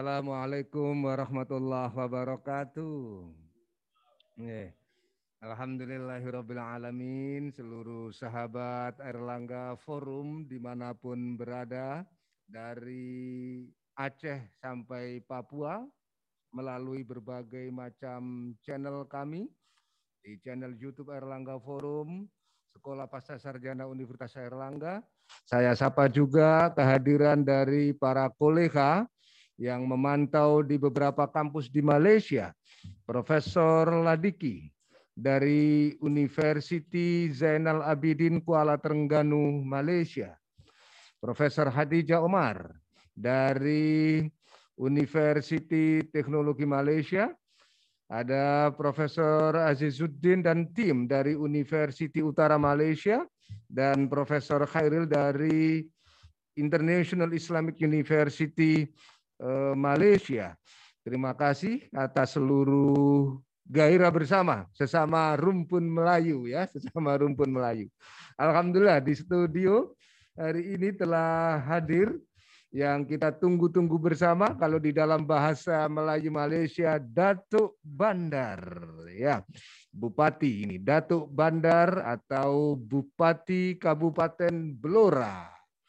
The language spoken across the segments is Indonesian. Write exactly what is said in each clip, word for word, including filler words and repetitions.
Assalamualaikum warahmatullahi wabarakatuh. Nih, alhamdulillahirabbil alamin, seluruh sahabat Airlangga Forum dimanapun berada, dari Aceh sampai Papua, melalui berbagai macam channel kami, di channel YouTube Airlangga Forum, Sekolah Pasca Sarjana Universitas Airlangga. Saya sapa juga kehadiran dari para kolega yang memantau di beberapa kampus di Malaysia, Profesor Ladiki dari University Zainal Abidin Kuala Terengganu, Malaysia, Profesor Hadijah Omar dari University Teknologi Malaysia, ada Profesor Azizuddin dan tim dari University Utara Malaysia, dan Profesor Khairil dari International Islamic University Malaysia. Terima kasih atas seluruh gairah bersama, sesama rumpun Melayu ya, sesama rumpun Melayu. Alhamdulillah di studio hari ini telah hadir yang kita tunggu-tunggu bersama, kalau di dalam bahasa Melayu Malaysia, Datuk Bandar ya. Bupati ini, Datuk Bandar atau Bupati Kabupaten Blora,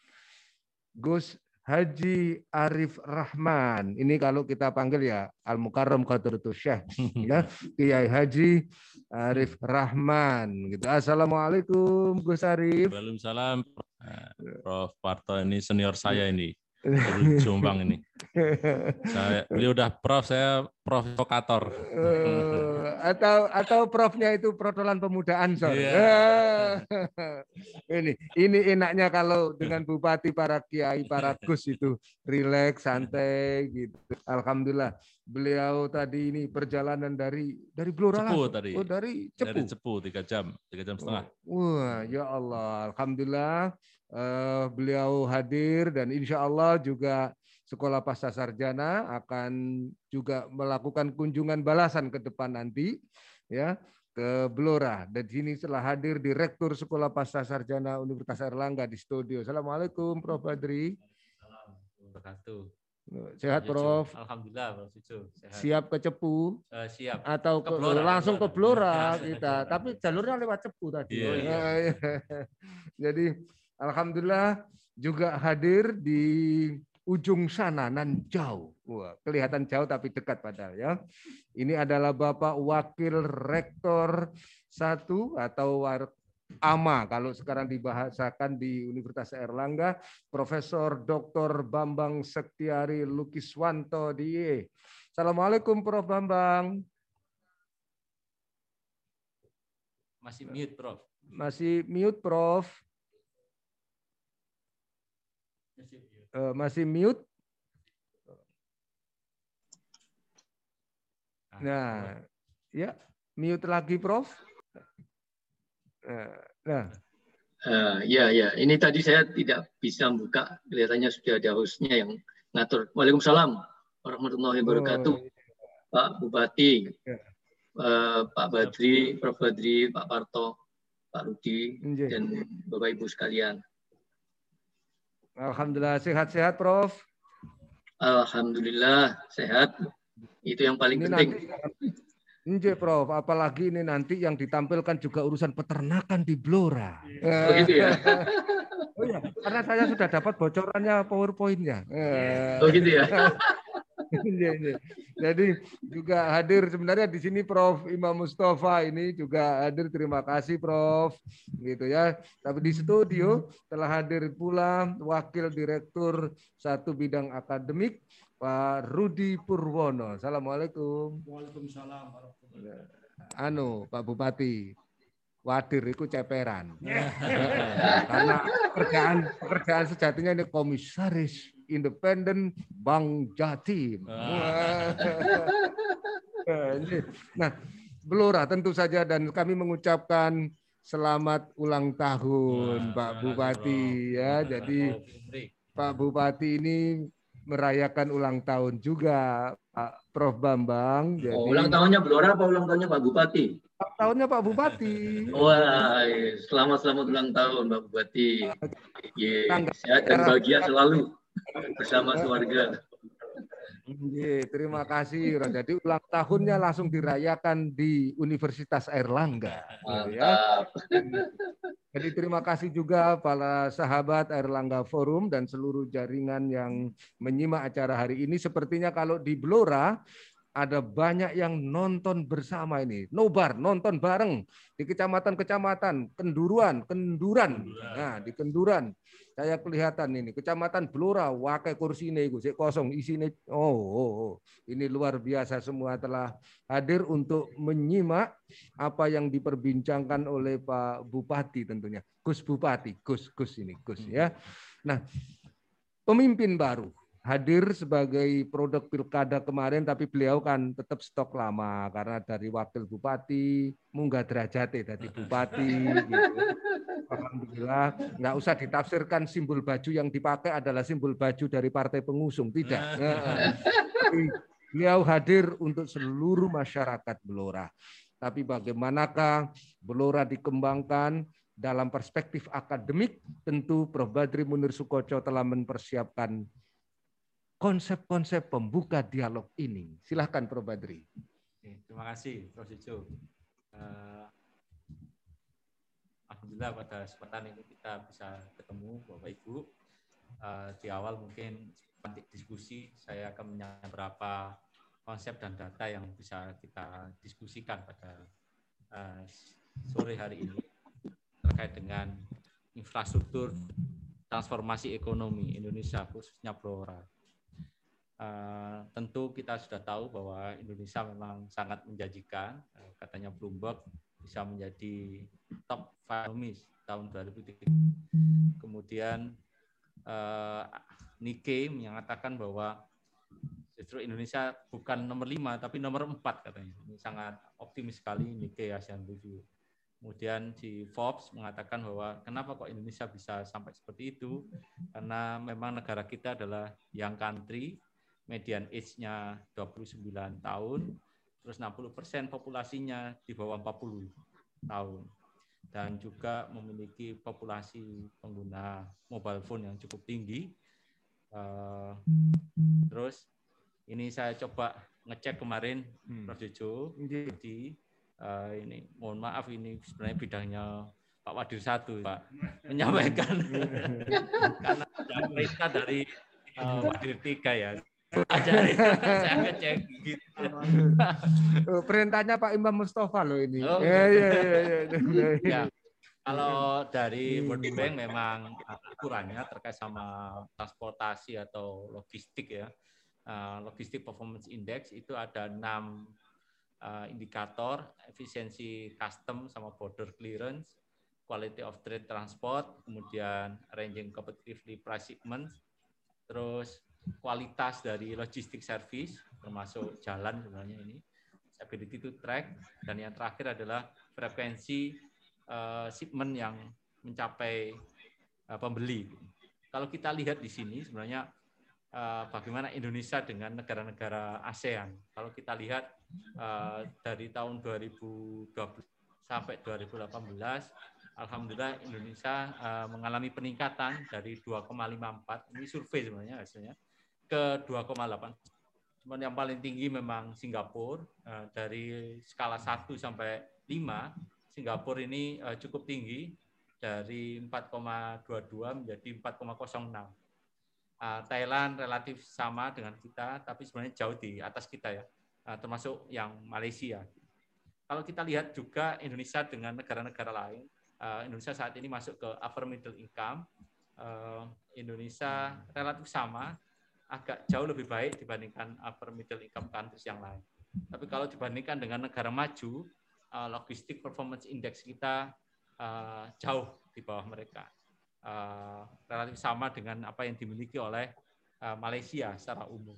Gus Haji Arif Rahman. Ini kalau kita panggil ya Al-Mukarram Qadratus Syekh ya, Kiai Haji Arif Rahman gitu. Assalamualaikum Gus Arif. Waalaikumsalam. Prof Parto ini senior saya ini. Dari Jombang ini. Saya beliau udah prof, saya provokator. Uh, atau atau profnya itu protolan pemudaan, sorry. Yeah. ini ini enaknya kalau dengan bupati, para kiai, para gus itu rileks, santai gitu. Alhamdulillah beliau tadi ini perjalanan dari dari Blora Cepu langsung. tadi. Oh, dari Cepu. Dari Cepu tiga jam, tiga jam setengah. Wah, ya Allah, alhamdulillah uh, beliau hadir, dan insya Allah juga Sekolah Pasca Sarjana akan juga melakukan kunjungan balasan ke depan nanti ya ke Blora. Dan di sini telah hadir Direktur Sekolah Pasca Sarjana Universitas Airlangga di studio. Assalamualaikum Prof Badri. Assalamualaikum. Sehat Prof? Alhamdulillah Prof Cucu. Sehat. Siap ke Cepu? Uh, siap. Atau ke, ke Blora, langsung ke Blora, ke Blora kita, tapi jalurnya lewat Cepu tadi. Oh, iya. Jadi alhamdulillah juga hadir di ujung sana nan jauh. Wah, kelihatan jauh tapi dekat padahal ya. Ini adalah Bapak Wakil Rektor satu atau A M A kalau sekarang dibahasakan di Universitas Airlangga, Profesor Doktor Bambang Sektiari Lukiswanto D I E. Assalamualaikum Prof Bambang. Masih mute Prof. Masih mute Prof. Uh, masih mute. Nah, ya mute lagi, Prof. Nah, uh, ya, ya. Ini tadi saya tidak bisa buka. Kelihatannya sudah ada hostnya yang ngatur. Waalaikumsalam warahmatullahi wabarakatuh. Oh, iya. Pak Bupati, ya. uh, Pak Badri, Prof Badri, Pak Parto, Pak Rudi, Nje. Dan Bapak Ibu sekalian. Alhamdulillah sehat-sehat Prof. Alhamdulillah sehat. Itu yang paling ini penting. Nanti, Prof, apalagi ini nanti yang ditampilkan juga urusan peternakan di Blora. Oh gitu ya. Oh ya, karena saya sudah dapat bocorannya PowerPoint-nya. Oh gitu ya. Jadi juga hadir sebenarnya di sini Prof Imam Mustafa ini juga hadir, terima kasih Prof gitu ya. Tapi di studio telah hadir pula Wakil Direktur satu bidang akademik Pak Rudi Purwono. Assalamualaikum. Waalaikumsalam. Anu Pak Bupati, wadir itu ceperan. Karena pekerjaan pekerjaan sejatinya ini komisaris independen Bank Jatim. Nah, Blora tentu saja, dan kami mengucapkan selamat ulang tahun Pak Bupati ya. Jadi Pak Bupati ini merayakan ulang tahun juga Pak Prof Bambang. Jadi, oh, ulang tahunnya Blora apa ulang tahunnya Pak Bupati? Ulang tahunnya Pak Bupati. Wah, selamat selamat ulang tahun Pak Bupati. Yeah, sehat dan bahagia selalu bersama keluarga. Oke, terima kasih. Jadi ulang tahunnya langsung dirayakan di Universitas Airlangga. Ya. Mantap. Jadi terima kasih juga para sahabat Airlangga Forum dan seluruh jaringan yang menyimak acara hari ini. Sepertinya kalau di Blora ada banyak yang nonton bersama ini. Nobar, nonton bareng di kecamatan-kecamatan, Kenduruan, Kenduran. Nah, di Kenduran. Saya kelihatan ini, Kecamatan Blora, wakai kursi ini, kosong isinya. Oh, oh, oh, ini luar biasa, semua telah hadir untuk menyimak apa yang diperbincangkan oleh Pak Bupati tentunya. Gus Bupati, Gus, Gus ini, Gus ya. Nah, pemimpin baru hadir sebagai produk pilkada kemarin, tapi beliau kan tetap stok lama karena dari wakil bupati munggah derajate dari bupati gitu. Alhamdulillah, nggak usah ditafsirkan simbol baju yang dipakai adalah simbol baju dari partai pengusung, tidak. Nah, tapi beliau hadir untuk seluruh masyarakat Blora. Tapi bagaimanakah Blora dikembangkan dalam perspektif akademik? Tentu Prof Badri Munir Sukoco telah mempersiapkan konsep-konsep pembuka dialog ini. Silahkan Prof Badri. Terima kasih Prof Sujo. Uh, Alhamdulillah pada kesempatan ini kita bisa ketemu Bapak Ibu. Uh, di awal mungkin nanti diskusi saya akan menyampaikan beberapa konsep dan data yang bisa kita diskusikan pada uh, sore hari ini terkait dengan infrastruktur transformasi ekonomi Indonesia khususnya Blora. Uh, tentu kita sudah tahu bahwa Indonesia memang sangat menjanjikan, uh, katanya Bloomberg bisa menjadi top economy tahun dua ribu tiga puluh. Kemudian uh, Nikkei menyatakan bahwa justru Indonesia bukan nomor lima tapi nomor empat katanya. Ini sangat optimis sekali Nikkei Asian Review. Kemudian di Forbes mengatakan bahwa kenapa kok Indonesia bisa sampai seperti itu? Karena memang negara kita adalah young country, median age-nya dua puluh sembilan tahun, terus enam puluh persen populasinya di bawah empat puluh tahun. Dan juga memiliki populasi pengguna mobile phone yang cukup tinggi. Uh, terus ini saya coba ngecek kemarin, hmm. Prof Jojo, jadi uh, ini mohon maaf ini sebenarnya bidangnya Pak Wadir satu, Pak, menyampaikan karena ada perintah dari uh, Wadir tiga ya. Ajarin saya ngecek gitu. Perintahnya Pak Imam Mustafa loh ini. Oh, ya, ya, ya, ya, ya. Ya. Kalau dari World Bank memang ukurannya terkait sama transportasi atau logistik ya. Uh, logistik performance index itu ada enam uh, indikator, efisiensi custom sama border clearance, quality of trade transport, kemudian ranging competitively price segments, terus kualitas dari logistik service termasuk jalan sebenarnya ini, ability to track, dan yang terakhir adalah frekuensi uh, shipment yang mencapai uh, pembeli. Kalau kita lihat di sini sebenarnya uh, bagaimana Indonesia dengan negara-negara ASEAN. Kalau kita lihat uh, dari tahun dua ribu dua belas sampai dua ribu delapan belas, alhamdulillah Indonesia uh, mengalami peningkatan dari dua koma lima empat, ini survei sebenarnya hasilnya, ke dua koma delapan. Cuman yang paling tinggi memang Singapura, uh, dari skala satu sampai lima, Singapura ini uh, cukup tinggi, dari empat koma dua dua menjadi empat koma nol enam. Uh, Thailand relatif sama dengan kita, tapi sebenarnya jauh di atas kita ya, uh, termasuk yang Malaysia. Kalau kita lihat juga Indonesia dengan negara-negara lain, uh, Indonesia saat ini masuk ke upper middle income, uh, Indonesia relatif sama, agak jauh lebih baik dibandingkan upper middle income countries yang lain. Tapi kalau dibandingkan dengan negara maju, uh, logistik performance index kita uh, jauh di bawah mereka. Uh, relatif sama dengan apa yang dimiliki oleh uh, Malaysia secara umum.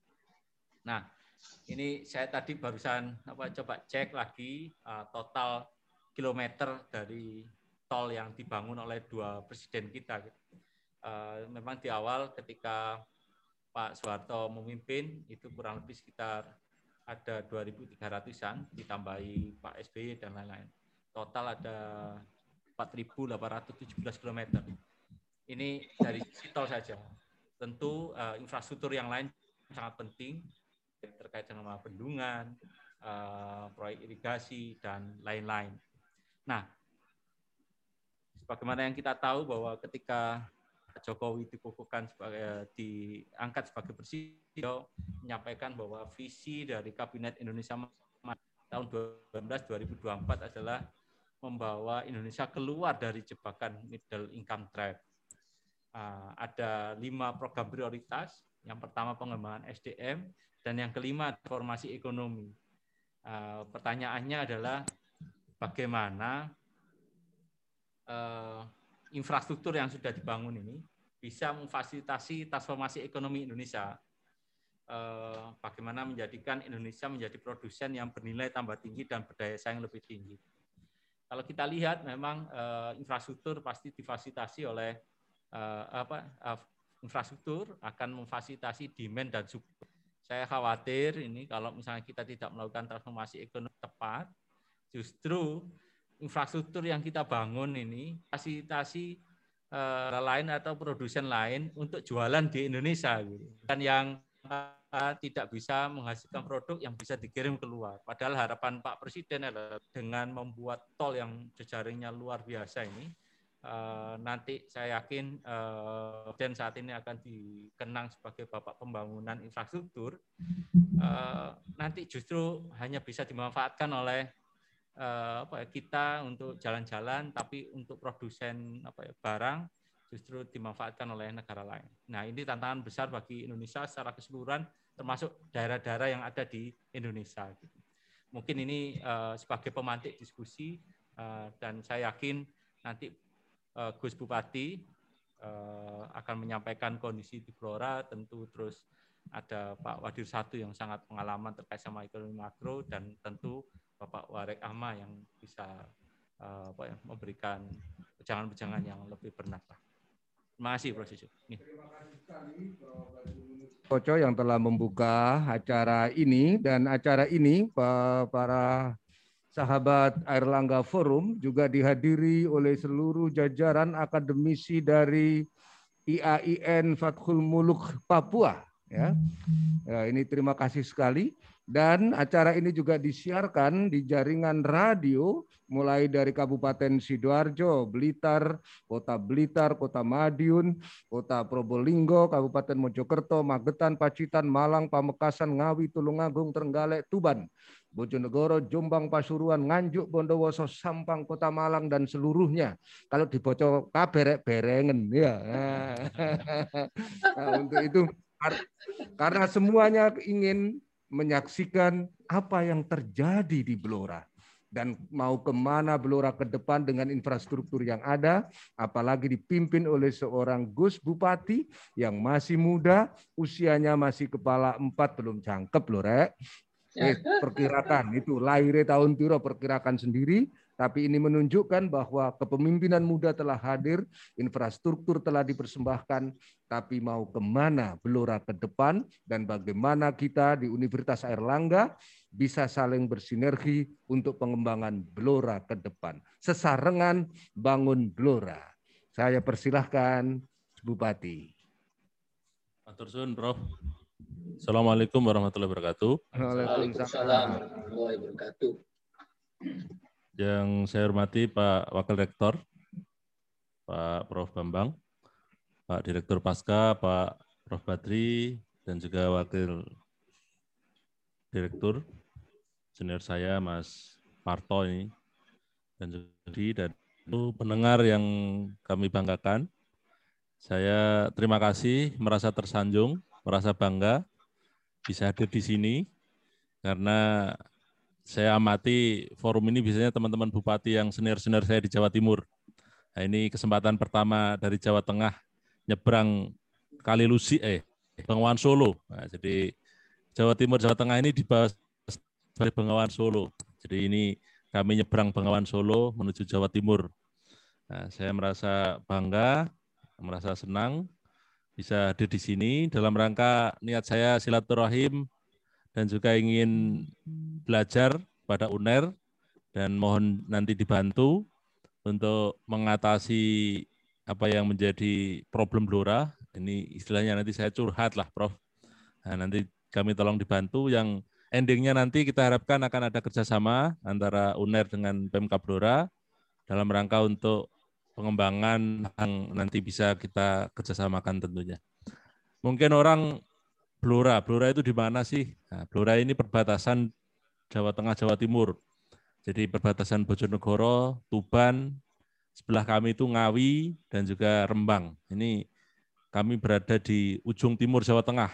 Nah, ini saya tadi barusan apa coba cek lagi uh, total kilometer dari tol yang dibangun oleh dua presiden kita. Uh, memang di awal ketika Pak Soeharto memimpin itu kurang lebih sekitar ada dua ribu tiga ratusan, ditambahi Pak S B Y dan lain-lain. Total ada empat ribu delapan ratus tujuh belas kilometer. Ini dari sisi tol saja. Tentu uh, infrastruktur yang lain sangat penting terkait dengan bendungan, uh, proyek irigasi, dan lain-lain. Nah, sebagaimana yang kita tahu bahwa ketika Jokowi dikukuhkan sebagai diangkat sebagai presiden, menyampaikan bahwa visi dari Kabinet Indonesia tahun dua ribu sembilan belas dua ribu dua puluh empat adalah membawa Indonesia keluar dari jebakan middle income trap. Uh, ada lima program prioritas. Yang pertama pengembangan S D M, dan yang kelima transformasi ekonomi. Uh, pertanyaannya adalah bagaimana uh, infrastruktur yang sudah dibangun ini bisa memfasilitasi transformasi ekonomi Indonesia. Uh, bagaimana menjadikan Indonesia menjadi produsen yang bernilai tambah tinggi dan berdaya saing lebih tinggi. Kalau kita lihat, memang uh, infrastruktur pasti difasilitasi oleh uh, apa? Uh, infrastruktur akan memfasilitasi demand dan supply. Saya khawatir ini kalau misalnya kita tidak melakukan transformasi ekonomi tepat, justru infrastruktur yang kita bangun ini fasilitasi uh, lain atau produsen lain untuk jualan di Indonesia, gitu. Dan yang uh, tidak bisa menghasilkan produk yang bisa dikirim keluar. Padahal harapan Pak Presiden adalah dengan membuat tol yang jejaringnya luar biasa ini, Uh, nanti saya yakin uh, dan saat ini akan dikenang sebagai bapak pembangunan infrastruktur, uh, nanti justru hanya bisa dimanfaatkan oleh uh, apa ya, kita untuk jalan-jalan, tapi untuk produsen apa ya, barang justru dimanfaatkan oleh negara lain. Nah, ini tantangan besar bagi Indonesia secara keseluruhan, termasuk daerah-daerah yang ada di Indonesia. Mungkin ini uh, sebagai pemantik diskusi, uh, dan saya yakin nanti Gus Bupati uh, akan menyampaikan kondisi di Blora, tentu terus ada Pak Wadir Satu yang sangat pengalaman terkait sama ekonomi makro, dan tentu Bapak Warek Ahmad yang bisa uh, apa ya, memberikan pejangan-pejangan yang lebih bermanfaat. Terima kasih, Prof. Yusuf. Terima kasih sekali Prof Koco yang telah membuka acara ini, dan acara ini para sahabat Airlangga Forum juga dihadiri oleh seluruh jajaran akademisi dari I A I N Fathul Muluk Papua. Ya. Ya, ini terima kasih sekali. Dan acara ini juga disiarkan di jaringan radio mulai dari Kabupaten Sidoarjo, Blitar, Kota Blitar, Kota Madiun, Kota Probolinggo, Kabupaten Mojokerto, Magetan, Pacitan, Malang, Pamekasan, Ngawi, Tulungagung, Trenggalek, Tuban, Bojonegoro, Jombang, Pasuruan, Nganjuk, Bondowoso, Sampang, Kota Malang, dan seluruhnya. Kalau dibocor kaberek berengen, ya. Nah, untuk itu, karena semuanya ingin menyaksikan apa yang terjadi di Blora dan mau kemana Blora ke depan dengan infrastruktur yang ada, apalagi dipimpin oleh seorang Gus Bupati yang masih muda, usianya masih kepala empat, belum cangkep loh, Rek. Eh, perkirakan itu lahirnya tahun piro, perkirakan sendiri, tapi ini menunjukkan bahwa kepemimpinan muda telah hadir, infrastruktur telah dipersembahkan, tapi mau kemana Blora ke depan, dan bagaimana kita di Universitas Airlangga bisa saling bersinergi untuk pengembangan Blora ke depan. Sesarengan bangun Blora. Saya persilahkan Bupati. Matur suwun, Prof. Assalamualaikum warahmatullahi wabarakatuh. Waalaikumsalam warahmatullahi wabarakatuh. Yang saya hormati Pak Wakil Rektor, Pak Prof Bambang, Pak Direktur Pasca, Pak Prof Badri, dan juga Wakil Direktur senior saya Mas Parto ini, dan juga dan pendengar yang kami banggakan. Saya terima kasih, merasa tersanjung, merasa bangga bisa hadir di sini, karena saya amati forum ini biasanya teman-teman bupati yang senior-senior saya di Jawa Timur. Nah, ini kesempatan pertama dari Jawa Tengah nyebrang Kali Lusi, eh Bengawan Solo. Nah, jadi Jawa Timur, Jawa Tengah ini di bawah dari Bengawan Solo. Jadi ini kami nyebrang Bengawan Solo menuju Jawa Timur. Nah, saya merasa bangga, merasa senang bisa hadir di sini dalam rangka niat saya silaturahim dan juga ingin belajar pada U N E R, dan mohon nanti dibantu untuk mengatasi apa yang menjadi problem Blora. Ini istilahnya nanti saya curhat lah, Prof. Nah, nanti kami tolong dibantu. Yang endingnya nanti kita harapkan akan ada kerjasama antara U N E R dengan Pemkab Blora dalam rangka untuk pengembangan yang nanti bisa kita kerjasamakan tentunya. Mungkin orang Blora, Blora itu di mana sih? Nah, Blora ini perbatasan Jawa Tengah, Jawa Timur. Jadi perbatasan Bojonegoro, Tuban, sebelah kami itu Ngawi dan juga Rembang. Ini kami berada di ujung timur Jawa Tengah.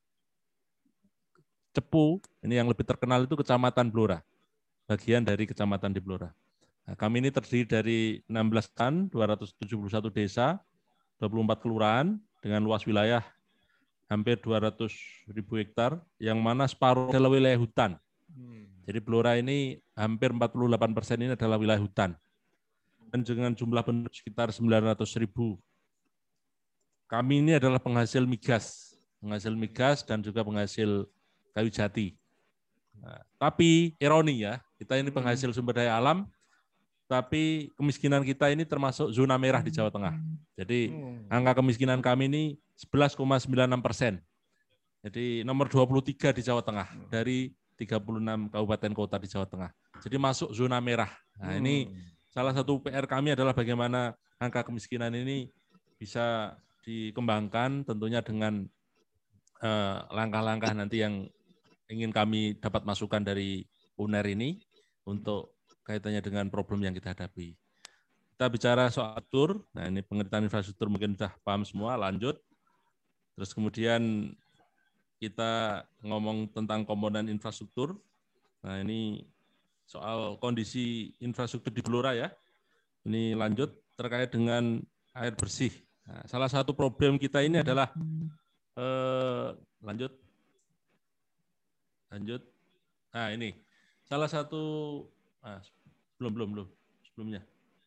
Cepu, ini yang lebih terkenal itu Kecamatan Blora, bagian dari kecamatan di Blora. Nah, kami ini terdiri dari enam belas kecamatan, dua ratus tujuh puluh satu desa, dua puluh empat kelurahan dengan luas wilayah hampir dua ratus ribu hektar, yang mana separuh adalah wilayah hutan. Jadi Blora ini hampir empat puluh delapan persen ini adalah wilayah hutan. Dan dengan jumlah penduduk sekitar sembilan ratus ribu. Kami ini adalah penghasil migas, penghasil migas dan juga penghasil kayu jati. Nah, tapi ironi ya, kita ini penghasil sumber daya alam, tapi kemiskinan kita ini termasuk zona merah di Jawa Tengah. Jadi angka kemiskinan kami ini sebelas koma sembilan enam persen. Jadi nomor dua puluh tiga di Jawa Tengah dari tiga puluh enam kabupaten kota di Jawa Tengah. Jadi masuk zona merah. Nah, ini salah satu P R kami adalah bagaimana angka kemiskinan ini bisa dikembangkan tentunya dengan langkah-langkah eh, nanti yang ingin kami dapat masukan dari U N E R ini untuk kaitannya dengan problem yang kita hadapi. Kita bicara soal tur, nah ini pengertian infrastruktur mungkin sudah paham semua, lanjut. Terus kemudian kita ngomong tentang komponen infrastruktur. Nah ini soal kondisi infrastruktur di Blora ya. Ini lanjut terkait dengan air bersih. Nah, salah satu problem kita ini adalah eh, lanjut, lanjut. Nah ini salah satu, ah, belum belum belum sebelumnya,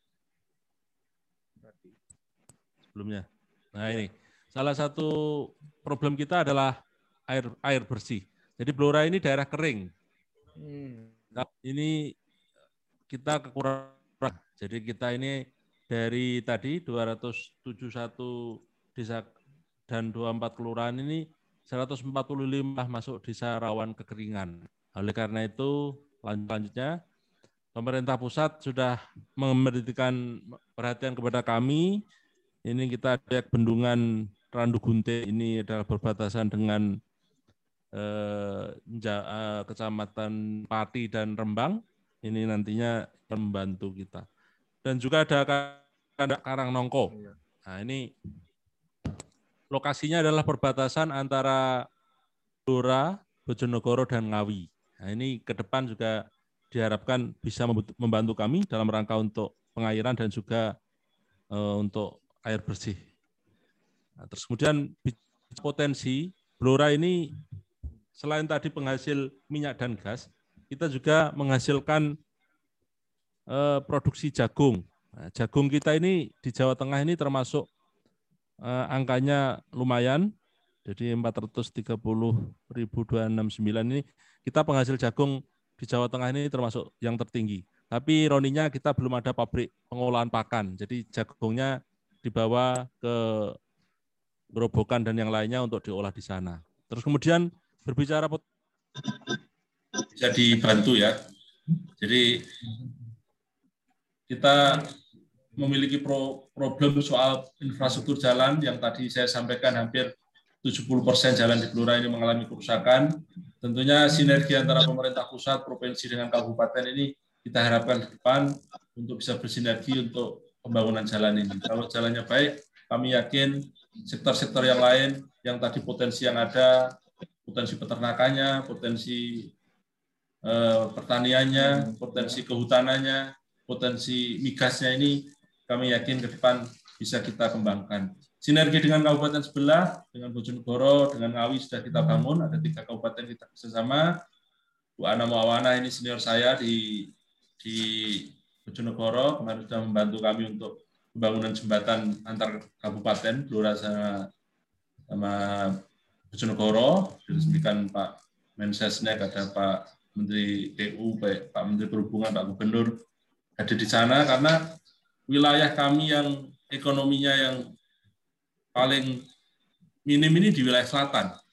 sebelumnya. Nah ini salah satu problem kita adalah air air bersih. Jadi Blora ini daerah kering. Nah, ini kita kekurangan. Jadi kita ini dari tadi dua ratus tujuh puluh satu desa dan dua puluh empat kelurahan ini seratus empat puluh lima masuk desa rawan kekeringan. Oleh karena itu lanjutnya pemerintah pusat sudah memberikan perhatian kepada kami. Ini kita ada bendungan Randu Gunte, ini adalah berbatasan dengan eh, eh, Kecamatan Pati dan Rembang. Ini nantinya membantu kita. Dan juga ada Karangnongko. Nah ini lokasinya adalah perbatasan antara Blora, Bojonegoro, dan Ngawi. Nah ini ke depan juga diharapkan bisa membantu kami dalam rangka untuk pengairan dan juga uh, untuk air bersih. Nah, terus kemudian potensi Blora ini selain tadi penghasil minyak dan gas, kita juga menghasilkan uh, produksi jagung. Nah, jagung kita ini di Jawa Tengah ini termasuk uh, angkanya lumayan, jadi empat ratus tiga puluh ribu dua ratus enam puluh sembilan ini kita penghasil jagung di Jawa Tengah ini termasuk yang tertinggi. Tapi ironinya kita belum ada pabrik pengolahan pakan. Jadi jagungnya dibawa ke Gerobokan dan yang lainnya untuk diolah di sana. Terus kemudian berbicara bisa dibantu ya. Jadi kita memiliki pro problem soal infrastruktur jalan yang tadi saya sampaikan hampir tujuh puluh persen jalan di Blora ini mengalami kerusakan. Tentunya sinergi antara pemerintah pusat, provinsi dengan kabupaten ini kita harapkan ke depan untuk bisa bersinergi untuk pembangunan jalan ini. Kalau jalannya baik, kami yakin sektor-sektor yang lain yang tadi potensi yang ada, potensi peternakannya, potensi eh, pertaniannya, potensi kehutanannya, potensi migasnya ini kami yakin ke depan bisa kita kembangkan. Sinergi dengan kabupaten sebelah, dengan Bojonegoro, dengan Ngawi sudah kita bangun, ada tiga kabupaten kita bersama. Bu Ana Mawana ini senior saya di di Bojonegoro, kemarin sudah membantu kami untuk pembangunan jembatan antar kabupaten, Blora sama, sama Bojonegoro, diresmikan Pak Mensesnek, ada Pak Menteri P U, Pak Menteri Perhubungan, Pak Gubernur ada di sana, karena wilayah kami yang ekonominya yang paling minim ini di wilayah selatan.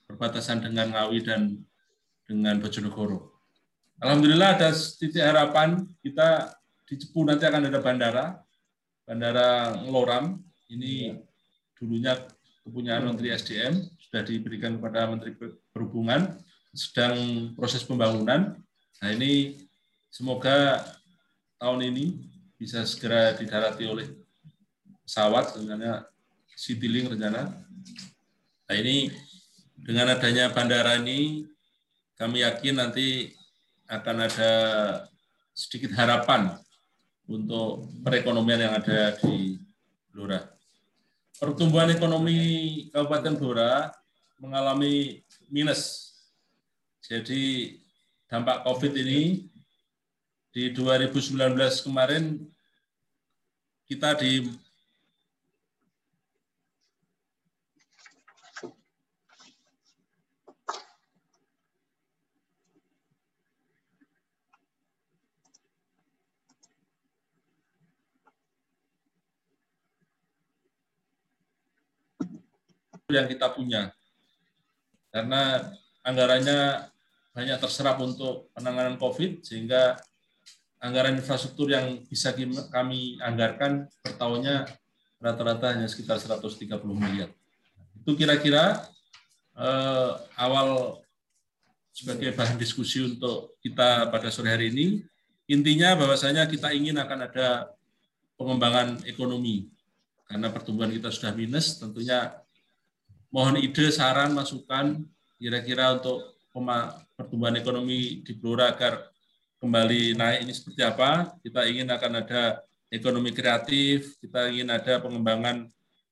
perbatasan dengan Ngawi dan dengan Bojonegoro. Alhamdulillah ada titik harapan, kita di Cepu nanti akan ada bandara, Bandara Ngeloram, ini dulunya kepunyaan Menteri S D M, sudah diberikan kepada Menteri Perhubungan, sedang proses pembangunan. Nah ini semoga tahun ini bisa segera didarati oleh pesawat, sebenarnya Citylink rencana. Nah ini dengan adanya bandara ini, kami yakin nanti akan ada sedikit harapan untuk perekonomian yang ada di Blora. Pertumbuhan ekonomi Kabupaten Blora mengalami minus. Jadi dampak COVID ini di dua ribu sembilan belas kemarin kita di yang kita punya, karena anggarannya banyak terserap untuk penanganan COVID, sehingga anggaran infrastruktur yang bisa kami anggarkan per tahunnya rata-rata hanya sekitar seratus tiga puluh miliar. Itu kira-kira eh, awal sebagai bahan diskusi untuk kita pada sore hari ini. Intinya bahwasanya kita ingin akan ada pengembangan ekonomi, karena pertumbuhan kita sudah minus. Tentunya mohon ide, saran, masukan kira-kira untuk pertumbuhan ekonomi di Blora agar kembali naik ini seperti apa. Kita ingin akan ada ekonomi kreatif, kita ingin ada pengembangan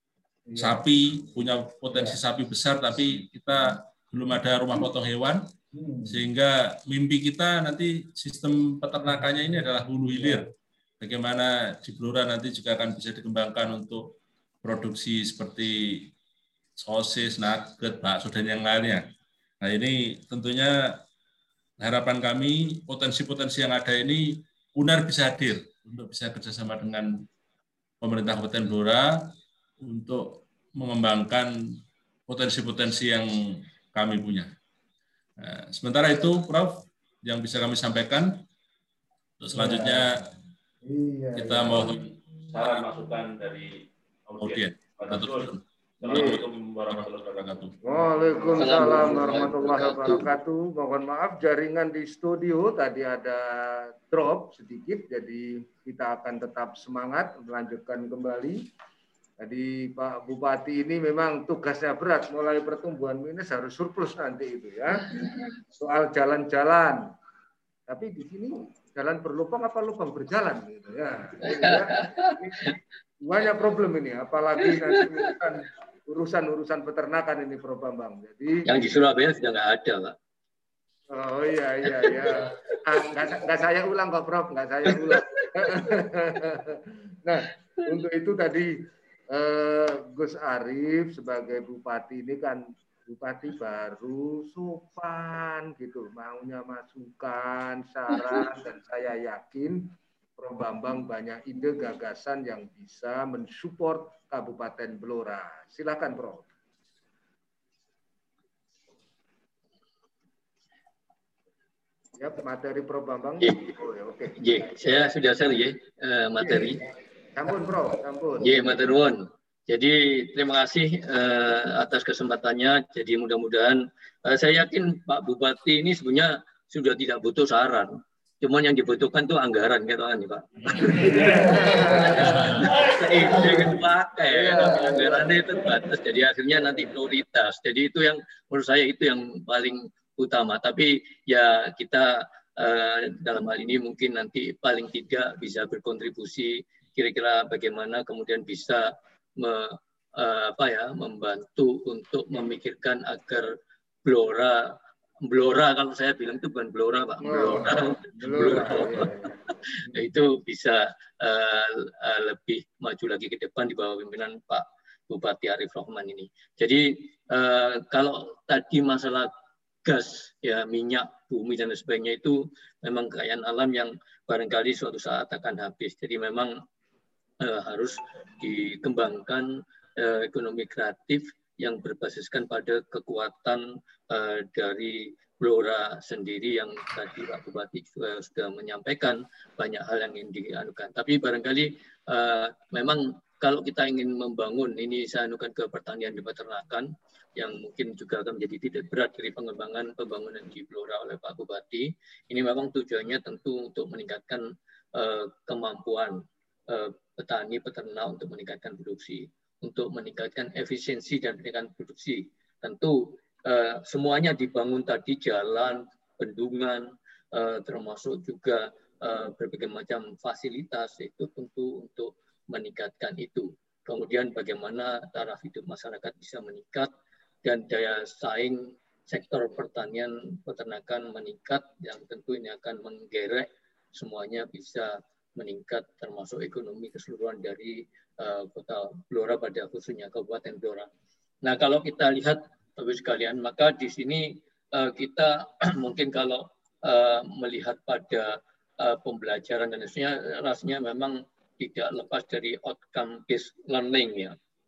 sapi, punya potensi sapi besar, tapi kita belum ada rumah potong hewan, sehingga mimpi kita nanti sistem peternakannya ini adalah hulu hilir. Bagaimana di Blora nanti juga akan bisa dikembangkan untuk produksi seperti sosis, nugget, bakso, dan yang lainnya. Nah ini tentunya harapan kami, potensi-potensi yang ada ini UNER bisa hadir untuk bisa kerjasama dengan pemerintah Kabupaten Blora untuk mengembangkan potensi-potensi yang kami punya. Nah, sementara itu, Prof, yang bisa kami sampaikan. Untuk selanjutnya kita mohon saran masukan dari audien. Assalamualaikum warahmatullahi wabarakatuh. Waalaikumsalam warahmatullahi wabarakatuh. Mohon maaf jaringan di studio tadi ada drop sedikit, jadi kita akan tetap semangat melanjutkan kembali. Tadi Pak Bupati ini memang tugasnya berat, mulai pertumbuhan minus harus surplus nanti itu ya. Soal jalan-jalan, tapi di sini jalan berlubang apa lubang berjalan gitu ya. Banyak problem ini, apalagi nanti urusan urusan-urusan peternakan ini, Prof Bambang. Jadi yang di Surabaya sudah nggak ada, Pak. Oh iya iya iya. Ah, nggak, nggak saya ulang kok, Prof, nggak saya ulang. Nah, untuk itu tadi eh, Gus Arief sebagai bupati ini kan bupati baru, sopan gitu, maunya masukan, saran, dan saya yakin Prof Bambang banyak ide gagasan yang bisa mensupport Kabupaten Blora. Silakan, Prof. Ya, materi Prof Bambang. Oh, ya, oke. Okay. Saya sudah share ya materi. Ampun, Prof. Ampun. Ya, materi one. Jadi terima kasih uh, atas kesempatannya. Jadi mudah-mudahan uh, saya yakin Pak Bupati ini sebenarnya sudah tidak butuh saran. Cuman yang dibutuhkan tuh anggaran, gitu kan, Pak. Itu yang dipakai, anggarannya itu batas. Jadi akhirnya nanti prioritas. Jadi itu yang menurut saya itu yang paling utama. Tapi ya kita uh, dalam hal ini mungkin nanti paling tidak bisa berkontribusi kira-kira bagaimana kemudian bisa me, uh, apa ya membantu untuk memikirkan agar Blora Blora, kalau saya bilang itu bukan Blora, Pak. Blora. Blora. Blora. Itu bisa uh, uh, lebih maju lagi ke depan di bawah pimpinan Pak Bupati Arief Rahman ini. Jadi uh, kalau tadi masalah gas, ya minyak, bumi dan sebagainya itu memang kekayaan alam yang barangkali suatu saat akan habis. Jadi memang uh, harus dikembangkan uh, ekonomi kreatif yang berbasiskan pada kekuatan uh, dari Blora sendiri yang tadi Pak Bupati juga sudah menyampaikan banyak hal yang ingin dianukan. Tapi barangkali uh, memang kalau kita ingin membangun, ini saya anukan ke pertanian dan peternakan, yang mungkin juga akan menjadi titik berat dari pengembangan pembangunan di Blora oleh Pak Bupati. Ini memang tujuannya tentu untuk meningkatkan uh, kemampuan uh, petani peternak untuk meningkatkan produksi, untuk meningkatkan efisiensi dan meningkatkan produksi. Tentu uh, semuanya dibangun tadi, jalan, bendungan, uh, termasuk juga uh, berbagai macam fasilitas, itu tentu untuk meningkatkan itu. Kemudian bagaimana taraf hidup masyarakat bisa meningkat dan daya saing sektor pertanian peternakan meningkat, yang tentu ini akan menggerek semuanya bisa meningkat, termasuk ekonomi keseluruhan dari uh, kota Blora pada khususnya Kabupaten Blora. Nah, kalau kita lihat Bapak sekalian, maka di sini uh, kita mungkin kalau uh, melihat pada uh, pembelajaran dan sebagainya, rasanya memang tidak lepas dari outcome based learning ya.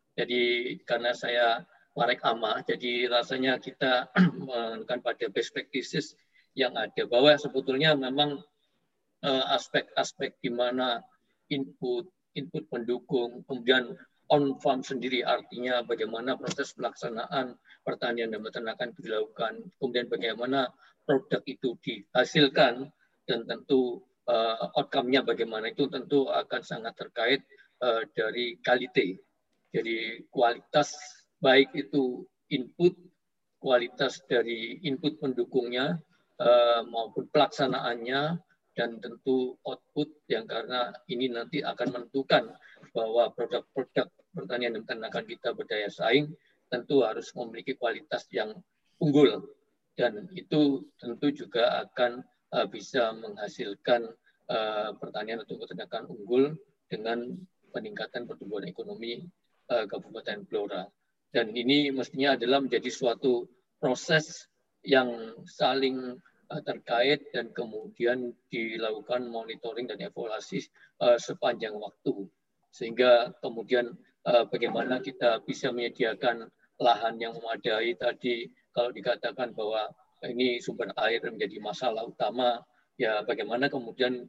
Jadi karena saya warek ama, jadi rasanya kita menekan pada best practices yang ada, bahwa sebetulnya memang aspek-aspek uh, di mana input, input pendukung, kemudian on-farm sendiri, artinya bagaimana proses pelaksanaan pertanian dan peternakan dilakukan, kemudian bagaimana produk itu dihasilkan, dan tentu Uh, outcome-nya bagaimana, itu tentu akan sangat terkait uh, dari kualitas. Jadi kualitas baik itu input, kualitas dari input pendukungnya uh, maupun pelaksanaannya, dan tentu output yang karena ini nanti akan menentukan bahwa produk-produk pertanian dan peternakan kita berdaya saing tentu harus memiliki kualitas yang unggul, dan itu tentu juga akan uh, bisa menghasilkan uh, pertanian atau peternakan unggul dengan peningkatan pertumbuhan ekonomi uh, Kabupaten Blora. Dan ini mestinya adalah menjadi suatu proses yang saling uh, terkait dan kemudian dilakukan monitoring dan evaluasi uh, sepanjang waktu. Sehingga kemudian uh, bagaimana kita bisa menyediakan lahan yang memadai tadi, kalau dikatakan bahwa ini sumber air menjadi masalah utama, ya bagaimana kemudian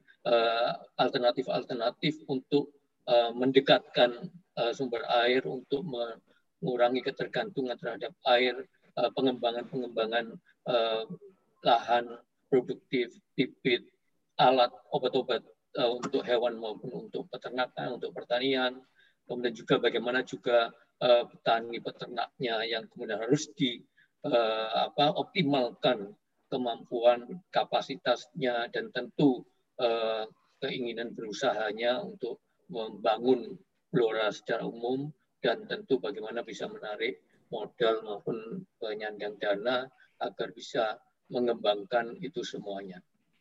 alternatif-alternatif uh, untuk uh, mendekatkan uh, sumber air untuk mengurangi ketergantungan terhadap air, uh, pengembangan-pengembangan uh, lahan produktif, bibit, alat, obat-obat uh, untuk hewan maupun untuk peternakan, untuk pertanian, kemudian juga bagaimana juga uh, petani peternaknya yang kemudian harus di Uh, apa, optimalkan kemampuan kapasitasnya, dan tentu uh, keinginan berusahanya untuk membangun Blora secara umum, dan tentu bagaimana bisa menarik modal maupun penyandang dana agar bisa mengembangkan itu semuanya.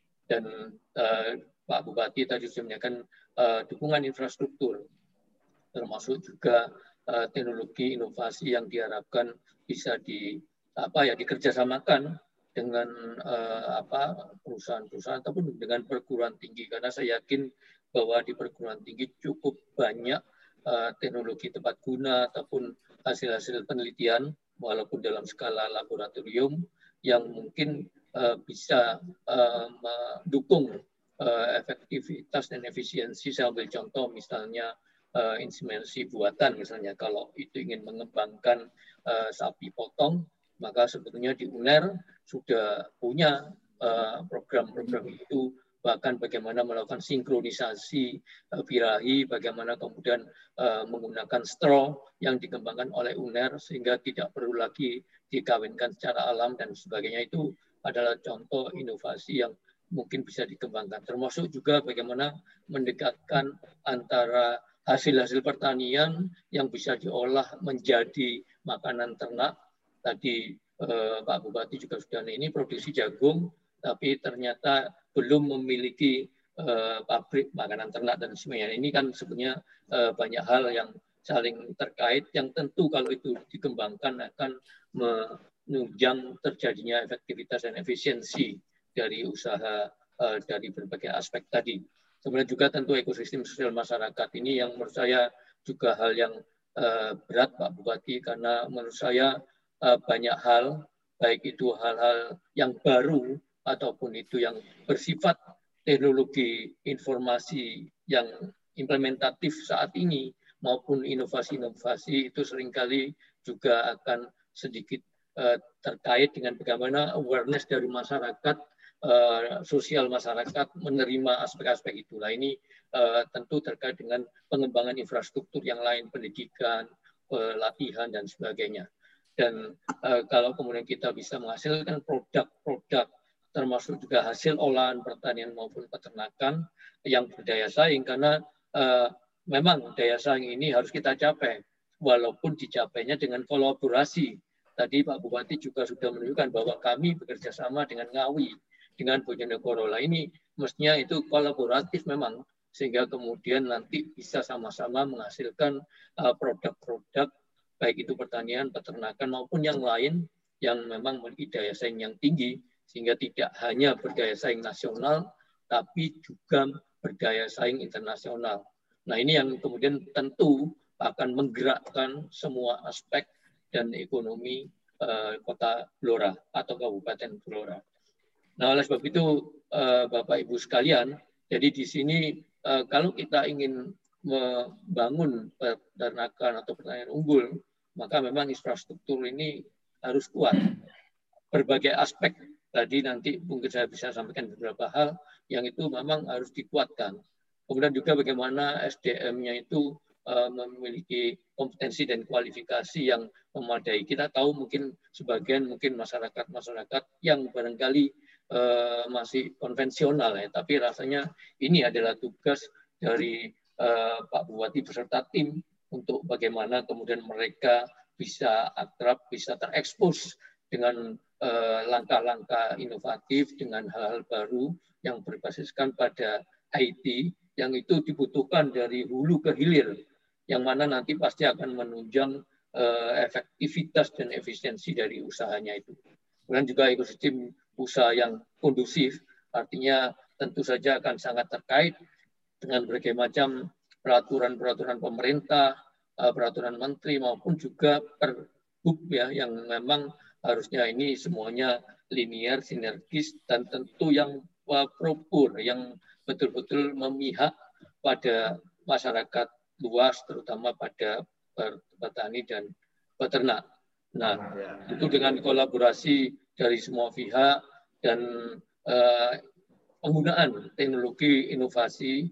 Dan uh, Pak Bupati tadi sudah menyampaikan uh, dukungan infrastruktur, termasuk juga uh, teknologi inovasi yang diharapkan bisa di apa ya dikerjasamakan dengan uh, apa perusahaan-perusahaan ataupun dengan perguruan tinggi, karena saya yakin bahwa di perguruan tinggi cukup banyak uh, teknologi tepat guna ataupun hasil-hasil penelitian walaupun dalam skala laboratorium yang mungkin uh, bisa uh, mendukung uh, efektivitas dan efisiensi. Saya ambil contoh misalnya uh, inseminasi buatan, misalnya kalau itu ingin mengembangkan uh, sapi potong, maka sebetulnya di U N E R sudah punya program-program uh, itu, bahkan bagaimana melakukan sinkronisasi uh, birahi, bagaimana kemudian uh, menggunakan straw yang dikembangkan oleh U N E R sehingga tidak perlu lagi dikawinkan secara alam dan sebagainya. Itu adalah contoh inovasi yang mungkin bisa dikembangkan, termasuk juga bagaimana mendekatkan antara hasil-hasil pertanian yang bisa diolah menjadi makanan ternak. Tadi eh, Pak Bupati juga sudah, ini produksi jagung, tapi ternyata belum memiliki eh, pabrik makanan ternak dan sebagainya. Ini kan sebenarnya eh, banyak hal yang saling terkait, yang tentu kalau itu dikembangkan akan menunjang terjadinya efektivitas dan efisiensi dari usaha eh, dari berbagai aspek tadi. Kemudian juga tentu ekosistem sosial masyarakat ini yang menurut saya juga hal yang uh, berat Pak Bupati, karena menurut saya uh, banyak hal, baik itu hal-hal yang baru ataupun itu yang bersifat teknologi informasi yang implementatif saat ini maupun inovasi-inovasi itu seringkali juga akan sedikit uh, terkait dengan bagaimana awareness dari masyarakat, uh, sosial masyarakat menerima aspek-aspek itulah. Ini uh, tentu terkait dengan pengembangan infrastruktur yang lain, pendidikan, pelatihan dan sebagainya. Dan uh, kalau kemudian kita bisa menghasilkan produk-produk termasuk juga hasil olahan pertanian maupun peternakan yang berdaya saing, karena uh, memang daya saing ini harus kita capai, walaupun dicapainya dengan kolaborasi. Tadi Pak Bupati juga sudah menunjukkan bahwa kami bekerja sama dengan Ngawi, dengan Bojonegoro. Lah ini mestinya itu kolaboratif memang, sehingga kemudian nanti bisa sama-sama menghasilkan produk-produk, uh, baik itu pertanian, peternakan, maupun yang lain yang memang memiliki daya saing yang tinggi, sehingga tidak hanya berdaya saing nasional, tapi juga berdaya saing internasional. Nah ini yang kemudian tentu akan menggerakkan semua aspek dan ekonomi uh, kota Blora atau Kabupaten Blora. Nah oleh sebab itu uh, Bapak Ibu sekalian, jadi di sini uh, kalau kita ingin membangun peternakan atau pertanian unggul, maka memang infrastruktur ini harus kuat. Berbagai aspek tadi nanti mungkin saya bisa sampaikan beberapa hal yang itu memang harus dikuatkan. Kemudian juga bagaimana S D M-nya itu uh, memiliki kompetensi dan kualifikasi yang memadai. Kita tahu mungkin sebagian mungkin masyarakat-masyarakat yang barangkali uh, masih konvensional ya, tapi rasanya ini adalah tugas dari uh, Pak Bupati beserta tim untuk bagaimana kemudian mereka bisa akrab, bisa terekspos dengan langkah-langkah uh, inovatif, dengan hal-hal baru yang berbasiskan pada I T, yang itu dibutuhkan dari hulu ke hilir, yang mana nanti pasti akan menunjang uh, efektivitas dan efisiensi dari usahanya itu. Kemudian juga ekosistem usaha yang kondusif, artinya tentu saja akan sangat terkait dengan berbagai macam peraturan-peraturan pemerintah, uh, peraturan menteri, maupun juga pergub ya, yang memang harusnya ini semuanya linear, sinergis, dan tentu yang uh, proper, yang betul-betul memihak pada masyarakat luas, terutama pada petani dan peternak. Nah, itu dengan kolaborasi dari semua pihak dan uh, penggunaan teknologi inovasi,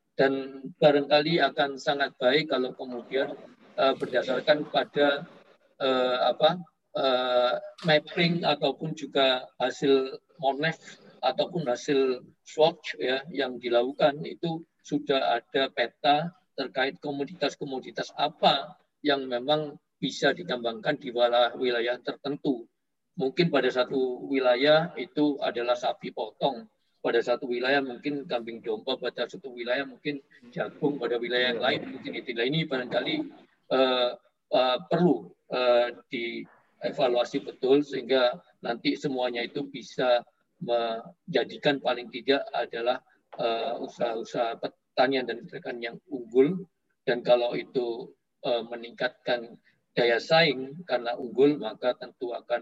dan barangkali akan sangat baik kalau kemudian uh, berdasarkan pada uh, apa uh, mapping ataupun juga hasil monef ataupun hasil swatch ya yang dilakukan, itu sudah ada peta terkait komoditas-komoditas apa yang memang bisa dikembangkan di wilayah tertentu. Mungkin pada satu wilayah itu adalah sapi potong, pada satu wilayah mungkin kambing domba, pada satu wilayah mungkin jagung, pada wilayah yang lain mungkin itu. Ini barangkali uh, uh, perlu uh, dievaluasi betul sehingga nanti semuanya itu bisa menjadikan paling tidak adalah uh, usaha-usaha pertanian dan peternakan yang unggul, dan kalau itu uh, meningkatkan daya saing karena unggul, maka tentu akan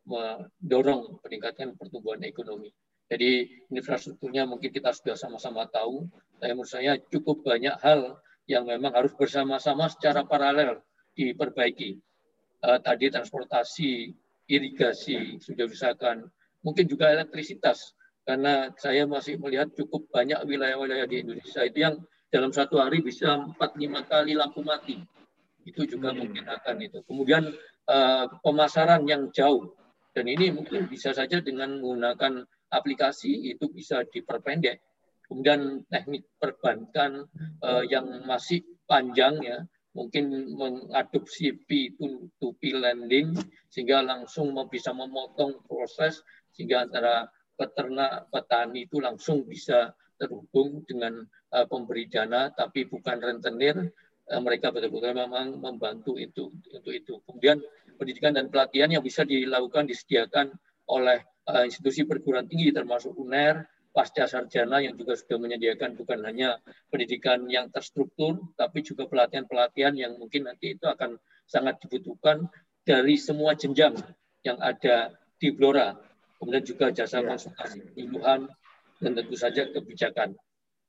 mendorong peningkatan pertumbuhan ekonomi. Jadi infrastrukturnya mungkin kita sudah sama-sama tahu, tapi menurut saya cukup banyak hal yang memang harus bersama-sama secara paralel diperbaiki. Uh, tadi transportasi, irigasi sudah diusahakan, mungkin juga elektrisitas, karena saya masih melihat cukup banyak wilayah-wilayah di Indonesia itu yang dalam satu hari bisa empat lima kali lampu mati. Itu juga hmm. mungkin akan itu. Kemudian uh, pemasaran yang jauh, dan ini mungkin bisa saja dengan menggunakan aplikasi itu bisa diperpendek. Kemudian teknik perbankan uh, yang masih panjang ya, mungkin mengadopsi P to P lending sehingga langsung bisa memotong proses sehingga antara peternak petani itu langsung bisa terhubung dengan uh, pemberi dana, tapi bukan rentenir. Uh, mereka betul-betul memang membantu itu untuk itu. Kemudian pendidikan dan pelatihan yang bisa dilakukan disediakan oleh uh, institusi perguruan tinggi termasuk U N E R, pasca sarjana yang juga sudah menyediakan bukan hanya pendidikan yang terstruktur, tapi juga pelatihan-pelatihan yang mungkin nanti itu akan sangat dibutuhkan dari semua jenjang yang ada di Blora. Kemudian juga jasa konsultasi penyuluhan dan tentu saja kebijakan.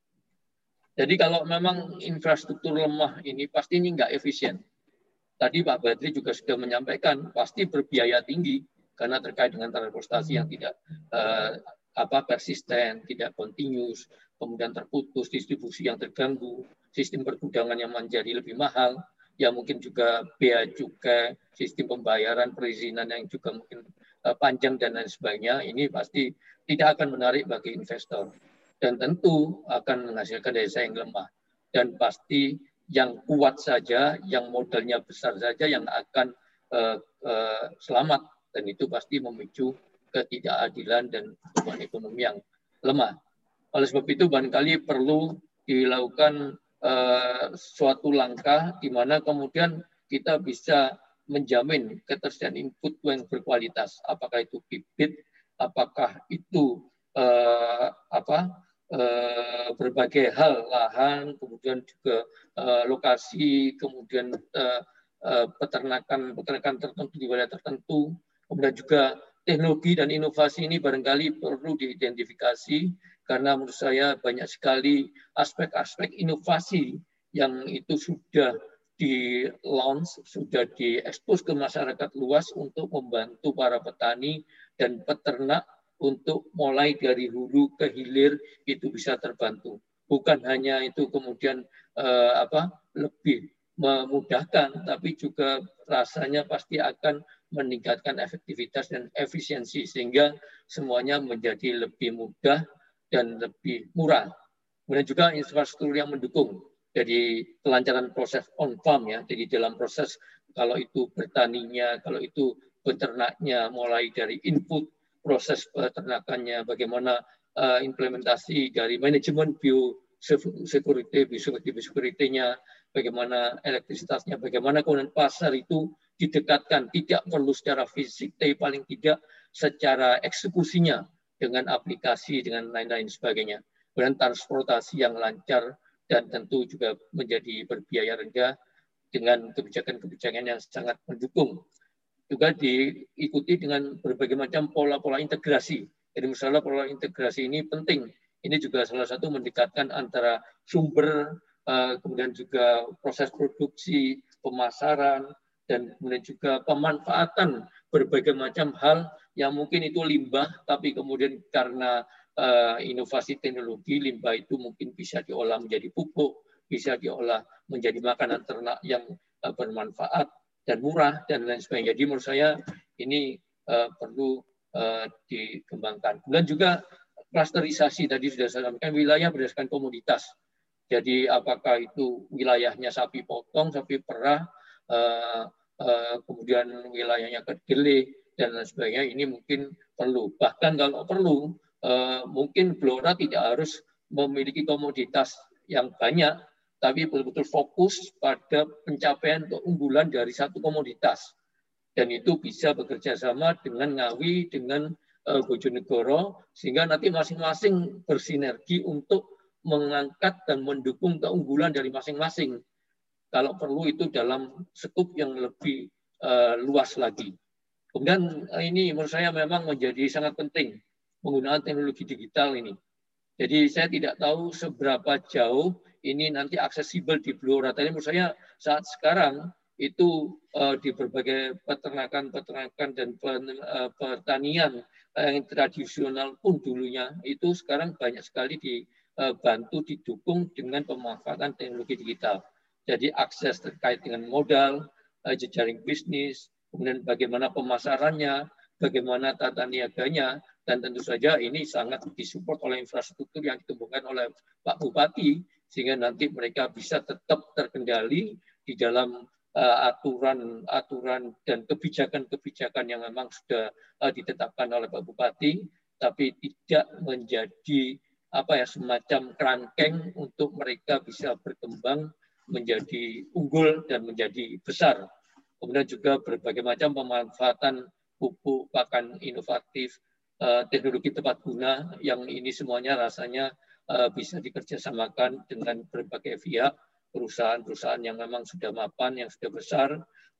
Jadi kalau memang infrastruktur lemah ini pasti ini nggak efisien. Tadi Pak Badri juga sudah menyampaikan pasti berbiaya tinggi karena terkait dengan transportasi yang tidak uh, apa persisten, tidak continuous, kemudian terputus, distribusi yang terganggu, sistem pergudangan yang menjadi lebih mahal, ya mungkin juga bea cukai, sistem pembayaran, perizinan yang juga mungkin uh, panjang dan lain sebagainya, ini pasti tidak akan menarik bagi investor. Dan tentu akan menghasilkan desa yang lemah. Dan pasti yang kuat saja, yang modalnya besar saja yang akan uh, uh, selamat. Dan itu pasti memicu ketidakadilan dan pertumbuhan ekonomi yang lemah. Oleh sebab itu barangkali perlu dilakukan uh, suatu langkah di mana kemudian kita bisa menjamin ketersediaan input yang berkualitas. Apakah itu bibit, apakah itu uh, apa uh, berbagai hal, lahan, kemudian juga uh, lokasi, kemudian uh, uh, peternakan peternakan tertentu di wilayah tertentu, kemudian juga teknologi dan inovasi ini barangkali perlu diidentifikasi karena menurut saya banyak sekali aspek-aspek inovasi yang itu sudah di launch, sudah diekspos ke masyarakat luas untuk membantu para petani dan peternak untuk mulai dari hulu ke hilir itu bisa terbantu. Bukan hanya itu kemudian eh, apa lebih memudahkan, tapi juga rasanya pasti akan meningkatkan efektivitas dan efisiensi sehingga semuanya menjadi lebih mudah dan lebih murah. Kemudian juga infrastruktur yang mendukung jadi kelancaran proses on farm ya, jadi dalam proses kalau itu bertaninya, kalau itu beternaknya, mulai dari input proses peternakannya, bagaimana uh, implementasi dari manajemen biosecurity, biosecurity-nya, bagaimana elektrisitasnya, bagaimana kemudian pasar itu didekatkan, tidak perlu secara fisik, tapi paling tidak secara eksekusinya dengan aplikasi, dengan lain-lain sebagainya. Kemudian transportasi yang lancar dan tentu juga menjadi berbiaya rendah dengan kebijakan-kebijakan yang sangat mendukung. Juga diikuti dengan berbagai macam pola-pola integrasi. Jadi misalnya pola integrasi ini penting. Ini juga salah satu mendekatkan antara sumber, kemudian juga proses produksi, pemasaran, dan kemudian juga pemanfaatan berbagai macam hal yang mungkin itu limbah, tapi kemudian karena uh, inovasi teknologi, limbah itu mungkin bisa diolah menjadi pupuk, bisa diolah menjadi makanan ternak yang uh, bermanfaat dan murah, dan lain sebagainya. Jadi menurut saya ini uh, perlu uh, dikembangkan. Kemudian juga klasterisasi, tadi sudah saya sampaikan, wilayah berdasarkan komoditas. Jadi apakah itu wilayahnya sapi potong, sapi perah, uh, uh, kemudian wilayahnya kedelai, dan lain sebagainya, ini mungkin perlu. Bahkan kalau perlu, uh, mungkin Blora tidak harus memiliki komoditas yang banyak, tapi betul-betul fokus pada pencapaian keunggulan dari satu komoditas. Dan itu bisa bekerja sama dengan Ngawi, dengan uh, Bojonegoro, sehingga nanti masing-masing bersinergi untuk mengangkat dan mendukung keunggulan dari masing-masing. Kalau perlu itu dalam skup yang lebih uh, luas lagi. Kemudian uh, ini menurut saya memang menjadi sangat penting penggunaan teknologi digital ini. Jadi saya tidak tahu seberapa jauh ini nanti aksesibel di Blora. Tadi menurut saya saat sekarang itu uh, di berbagai peternakan-peternakan dan pen, uh, pertanian uh, yang tradisional pun dulunya itu sekarang banyak sekali di bantu didukung dengan pemanfaatan teknologi digital. Jadi akses terkait dengan modal, jejaring bisnis, kemudian bagaimana pemasarannya, bagaimana tata niaganya, dan tentu saja ini sangat disupport oleh infrastruktur yang dikembangkan oleh Pak Bupati, sehingga nanti mereka bisa tetap terkendali di dalam aturan-aturan dan kebijakan-kebijakan yang memang sudah ditetapkan oleh Pak Bupati, tapi tidak menjadi apa ya semacam kerangkeng untuk mereka bisa berkembang menjadi unggul dan menjadi besar. Kemudian juga berbagai macam pemanfaatan pupuk pakan inovatif teknologi tepat guna yang ini semuanya rasanya bisa dikerjasamakan dengan berbagai pihak, perusahaan-perusahaan yang memang sudah mapan, yang sudah besar,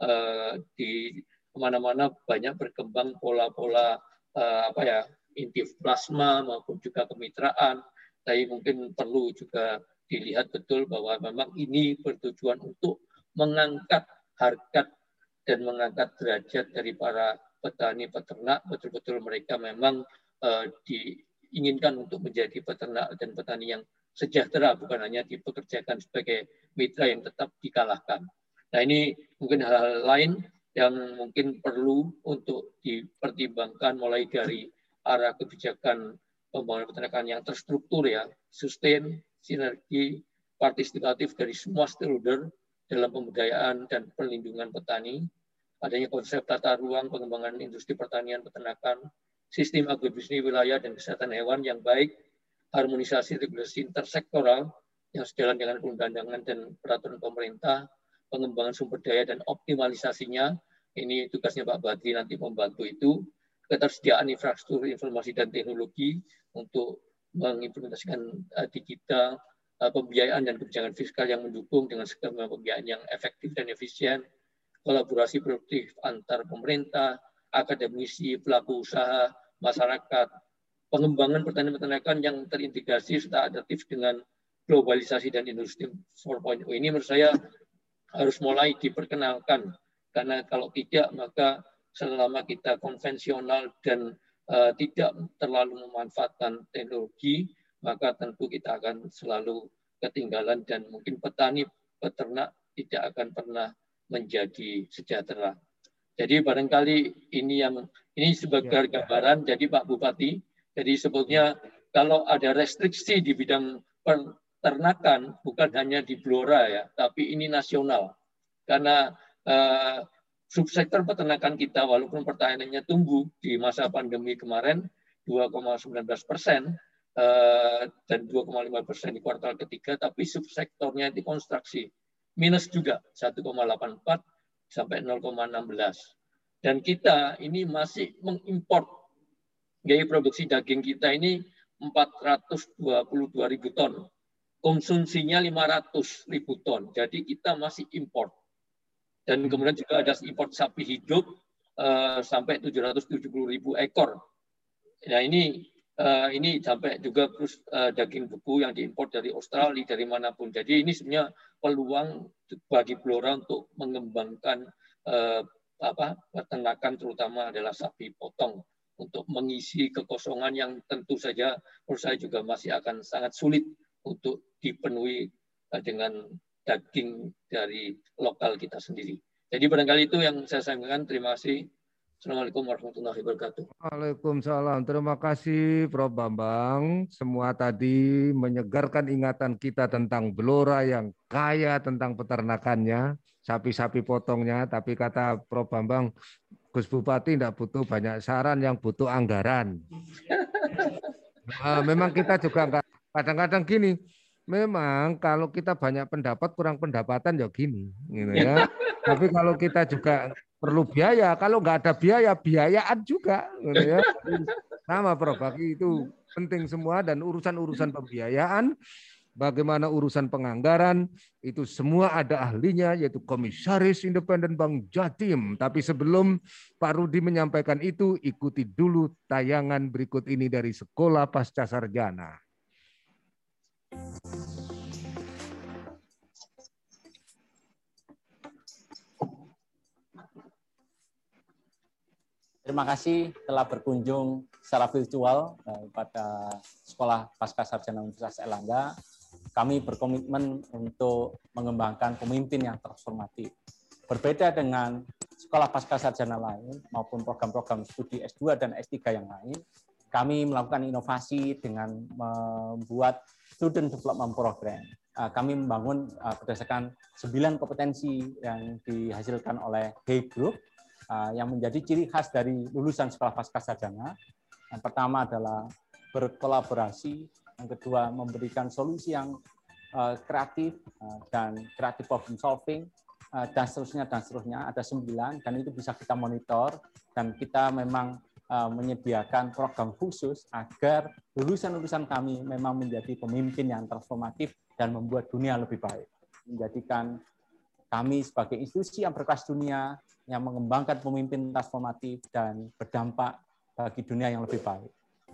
di kemana-mana banyak berkembang pola-pola apa ya, inti plasma maupun juga kemitraan. Tapi mungkin perlu juga dilihat betul bahwa memang ini bertujuan untuk mengangkat harkat dan mengangkat derajat dari para petani peternak, betul-betul mereka memang uh, diinginkan untuk menjadi peternak dan petani yang sejahtera, bukan hanya dipekerjakan sebagai mitra yang tetap dikalahkan. Nah, ini mungkin hal-hal lain yang mungkin perlu untuk dipertimbangkan mulai dari arah kebijakan pembangunan peternakan yang terstruktur ya, sustain, sinergi, partisipatif dari semua stakeholder dalam pemberdayaan dan perlindungan petani, adanya konsep tata ruang pengembangan industri pertanian peternakan, sistem agribisnis wilayah dan kesehatan hewan yang baik, harmonisasi regulasi intersektoral yang sejalan dengan perundangan dan peraturan pemerintah, pengembangan sumber daya dan optimalisasinya, ini tugasnya Pak Badri nanti membantu itu, ketersediaan infrastruktur informasi dan teknologi untuk mengimplementasikan uh, digital, uh, pembiayaan dan kebijakan fiskal yang mendukung dengan skema pembiayaan yang efektif dan efisien, kolaborasi produktif antar pemerintah, akademisi, pelaku usaha, masyarakat, pengembangan pertanian peternakan yang terintegrasi serta adaptif dengan globalisasi dan industri empat titik nol. Ini menurut saya harus mulai diperkenalkan, karena kalau tidak maka selama kita konvensional dan uh, tidak terlalu memanfaatkan teknologi, maka tentu kita akan selalu ketinggalan dan mungkin petani peternak tidak akan pernah menjadi sejahtera. Jadi barangkali ini yang ini sebagai ya, gambaran. Ya. Jadi Pak Bupati, jadi sebetulnya kalau ada restriksi di bidang peternakan bukan hanya di Blora ya, tapi ini nasional. Karena uh, subsektor peternakan kita walaupun pertanyaannya tumbuh di masa pandemi kemarin dua koma sembilan belas persen uh, dan dua koma lima persen di kuartal ketiga, tapi subsektornya itu konstruksi minus juga satu koma delapan empat sampai nol koma enam belas. Dan kita ini masih mengimpor. Gaya produksi daging kita ini empat ratus dua puluh dua ribu ton. Konsumsinya lima ratus ribu ton. Jadi kita masih impor. Dan kemudian juga ada impor sapi hidup uh, sampai tujuh ratus tujuh puluh ribu ekor. Nah ini uh, ini sampai juga terus uh, daging beku yang diimpor dari Australia, dari manapun. Jadi ini sebenarnya peluang bagi Blora untuk mengembangkan uh, apa peternakan, terutama adalah sapi potong, untuk mengisi kekosongan yang tentu saja menurut saya juga masih akan sangat sulit untuk dipenuhi uh, dengan daging dari lokal kita sendiri. Jadi barangkali itu yang saya sampaikan. Terima kasih. Assalamualaikum warahmatullahi wabarakatuh. Waalaikumsalam. Terima kasih Prof Bambang. Semua tadi menyegarkan ingatan kita tentang Blora yang kaya tentang peternakannya, sapi-sapi potongnya. Tapi kata Prof Bambang, Gus Bupati tidak butuh banyak saran, yang butuh anggaran. Nah, memang kita juga enggak, kadang-kadang gini, memang kalau kita banyak pendapat kurang pendapatan ya gini, gitu ya. Tapi kalau kita juga perlu biaya, kalau nggak ada biaya, biayaan juga, gitu ya. Sama Prof, bagi itu penting semua, dan urusan-urusan pembiayaan, bagaimana urusan penganggaran, itu semua ada ahlinya, yaitu Komisaris Independen Bank Jatim. Tapi sebelum Pak Rudi menyampaikan itu, ikuti dulu tayangan berikut ini dari Sekolah Pasca Sarjana. Terima kasih telah berkunjung secara virtual pada Sekolah Pasca Sarjana Universitas Airlangga. Kami berkomitmen untuk mengembangkan pemimpin yang transformatif. Berbeda dengan sekolah pasca sarjana lain maupun program-program studi S dua dan S tiga yang lain, kami melakukan inovasi dengan membuat Student Development Program. Kami membangun berdasarkan sembilan kompetensi yang dihasilkan oleh Hay Group, yang menjadi ciri khas dari lulusan sekolah pasca sarjana. Yang pertama adalah berkolaborasi, yang kedua memberikan solusi yang kreatif dan kreatif problem solving, dan seterusnya dan seterusnya. Ada sembilan, dan itu bisa kita monitor, dan kita memang menyediakan program khusus agar lulusan-lulusan kami memang menjadi pemimpin yang transformatif dan membuat dunia lebih baik. Menjadikan kami sebagai institusi yang berkelas dunia, yang mengembangkan pemimpin transformatif dan berdampak bagi dunia yang lebih baik.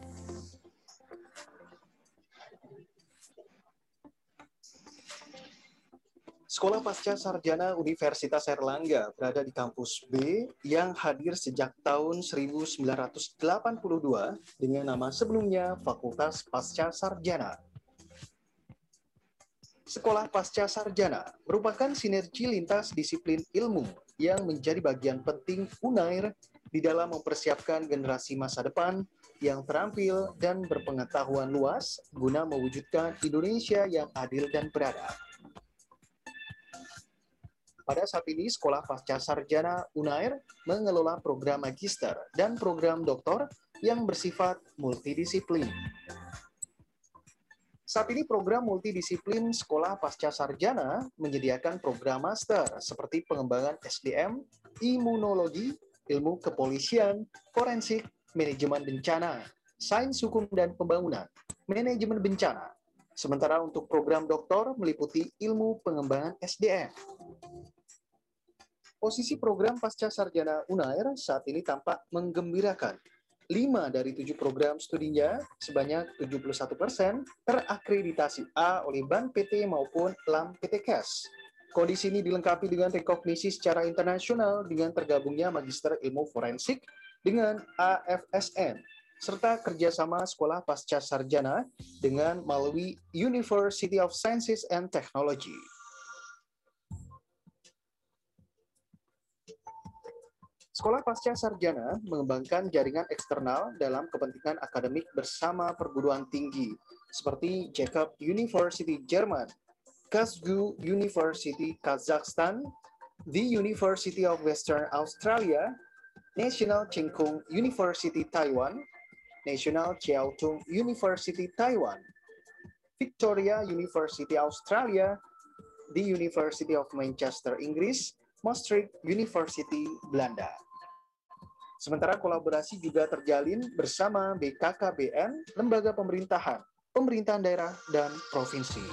Sekolah Pasca Sarjana Universitas Airlangga berada di kampus B yang hadir sejak tahun seribu sembilan ratus delapan puluh dua dengan nama sebelumnya Fakultas Pasca Sarjana. Sekolah Pasca Sarjana merupakan sinergi lintas disiplin ilmu yang menjadi bagian penting UNAIR di dalam mempersiapkan generasi masa depan yang terampil dan berpengetahuan luas guna mewujudkan Indonesia yang adil dan beradab. Pada saat ini, Sekolah Pasca Sarjana UNAIR mengelola program magister dan program doktor yang bersifat multidisiplin. Saat ini program multidisiplin Sekolah Pasca Sarjana menyediakan program master seperti pengembangan S D M, imunologi, ilmu kepolisian, forensik, manajemen bencana, sains hukum dan pembangunan, manajemen bencana. Sementara untuk program doktor meliputi ilmu pengembangan S D M. Posisi program Pasca Sarjana UNAIR saat ini tampak menggembirakan. Lima dari tujuh program studinya sebanyak tujuh puluh satu persen terakreditasi A oleh Bank P T maupun L A M P T Kes. Kondisi ini dilengkapi dengan rekognisi secara internasional dengan tergabungnya Magister Ilmu Forensik dengan A F S N, serta kerjasama Sekolah Pasca Sarjana dengan melalui University of Sciences and Technology. Sekolah Pasca Sarjana mengembangkan jaringan eksternal dalam kepentingan akademik bersama perguruan tinggi, seperti Jacob University Jerman, KazGu University Kazakhstan, The University of Western Australia, National Cheng Kung University Taiwan, National Chiao Tung University Taiwan, Victoria University Australia, The University of Manchester Inggris, Maastricht University Belanda. Sementara kolaborasi juga terjalin bersama B K K B N, lembaga pemerintahan, pemerintahan daerah, dan provinsi.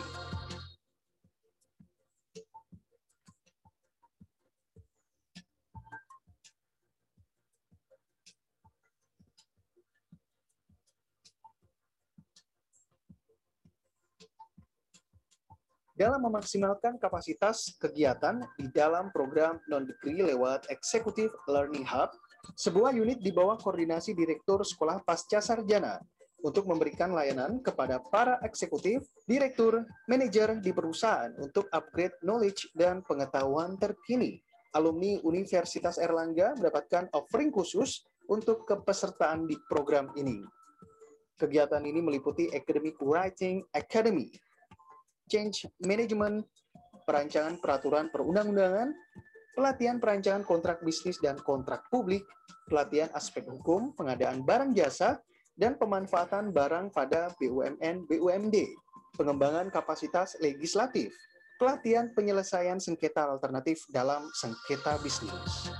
Dalam memaksimalkan kapasitas kegiatan di dalam program non-degree lewat Executive Learning Hub, sebuah unit di bawah koordinasi Direktur Sekolah Pasca Sarjana untuk memberikan layanan kepada para eksekutif, direktur, manajer di perusahaan untuk upgrade knowledge dan pengetahuan terkini. Alumni Universitas Airlangga mendapatkan offering khusus untuk kepesertaan di program ini. Kegiatan ini meliputi Academic Writing Academy, Change Management, perancangan peraturan perundang-undangan, pelatihan perancangan kontrak bisnis dan kontrak publik, pelatihan aspek hukum, pengadaan barang jasa, dan pemanfaatan barang pada B U M N B U M D, pengembangan kapasitas legislatif, pelatihan penyelesaian sengketa alternatif dalam sengketa bisnis.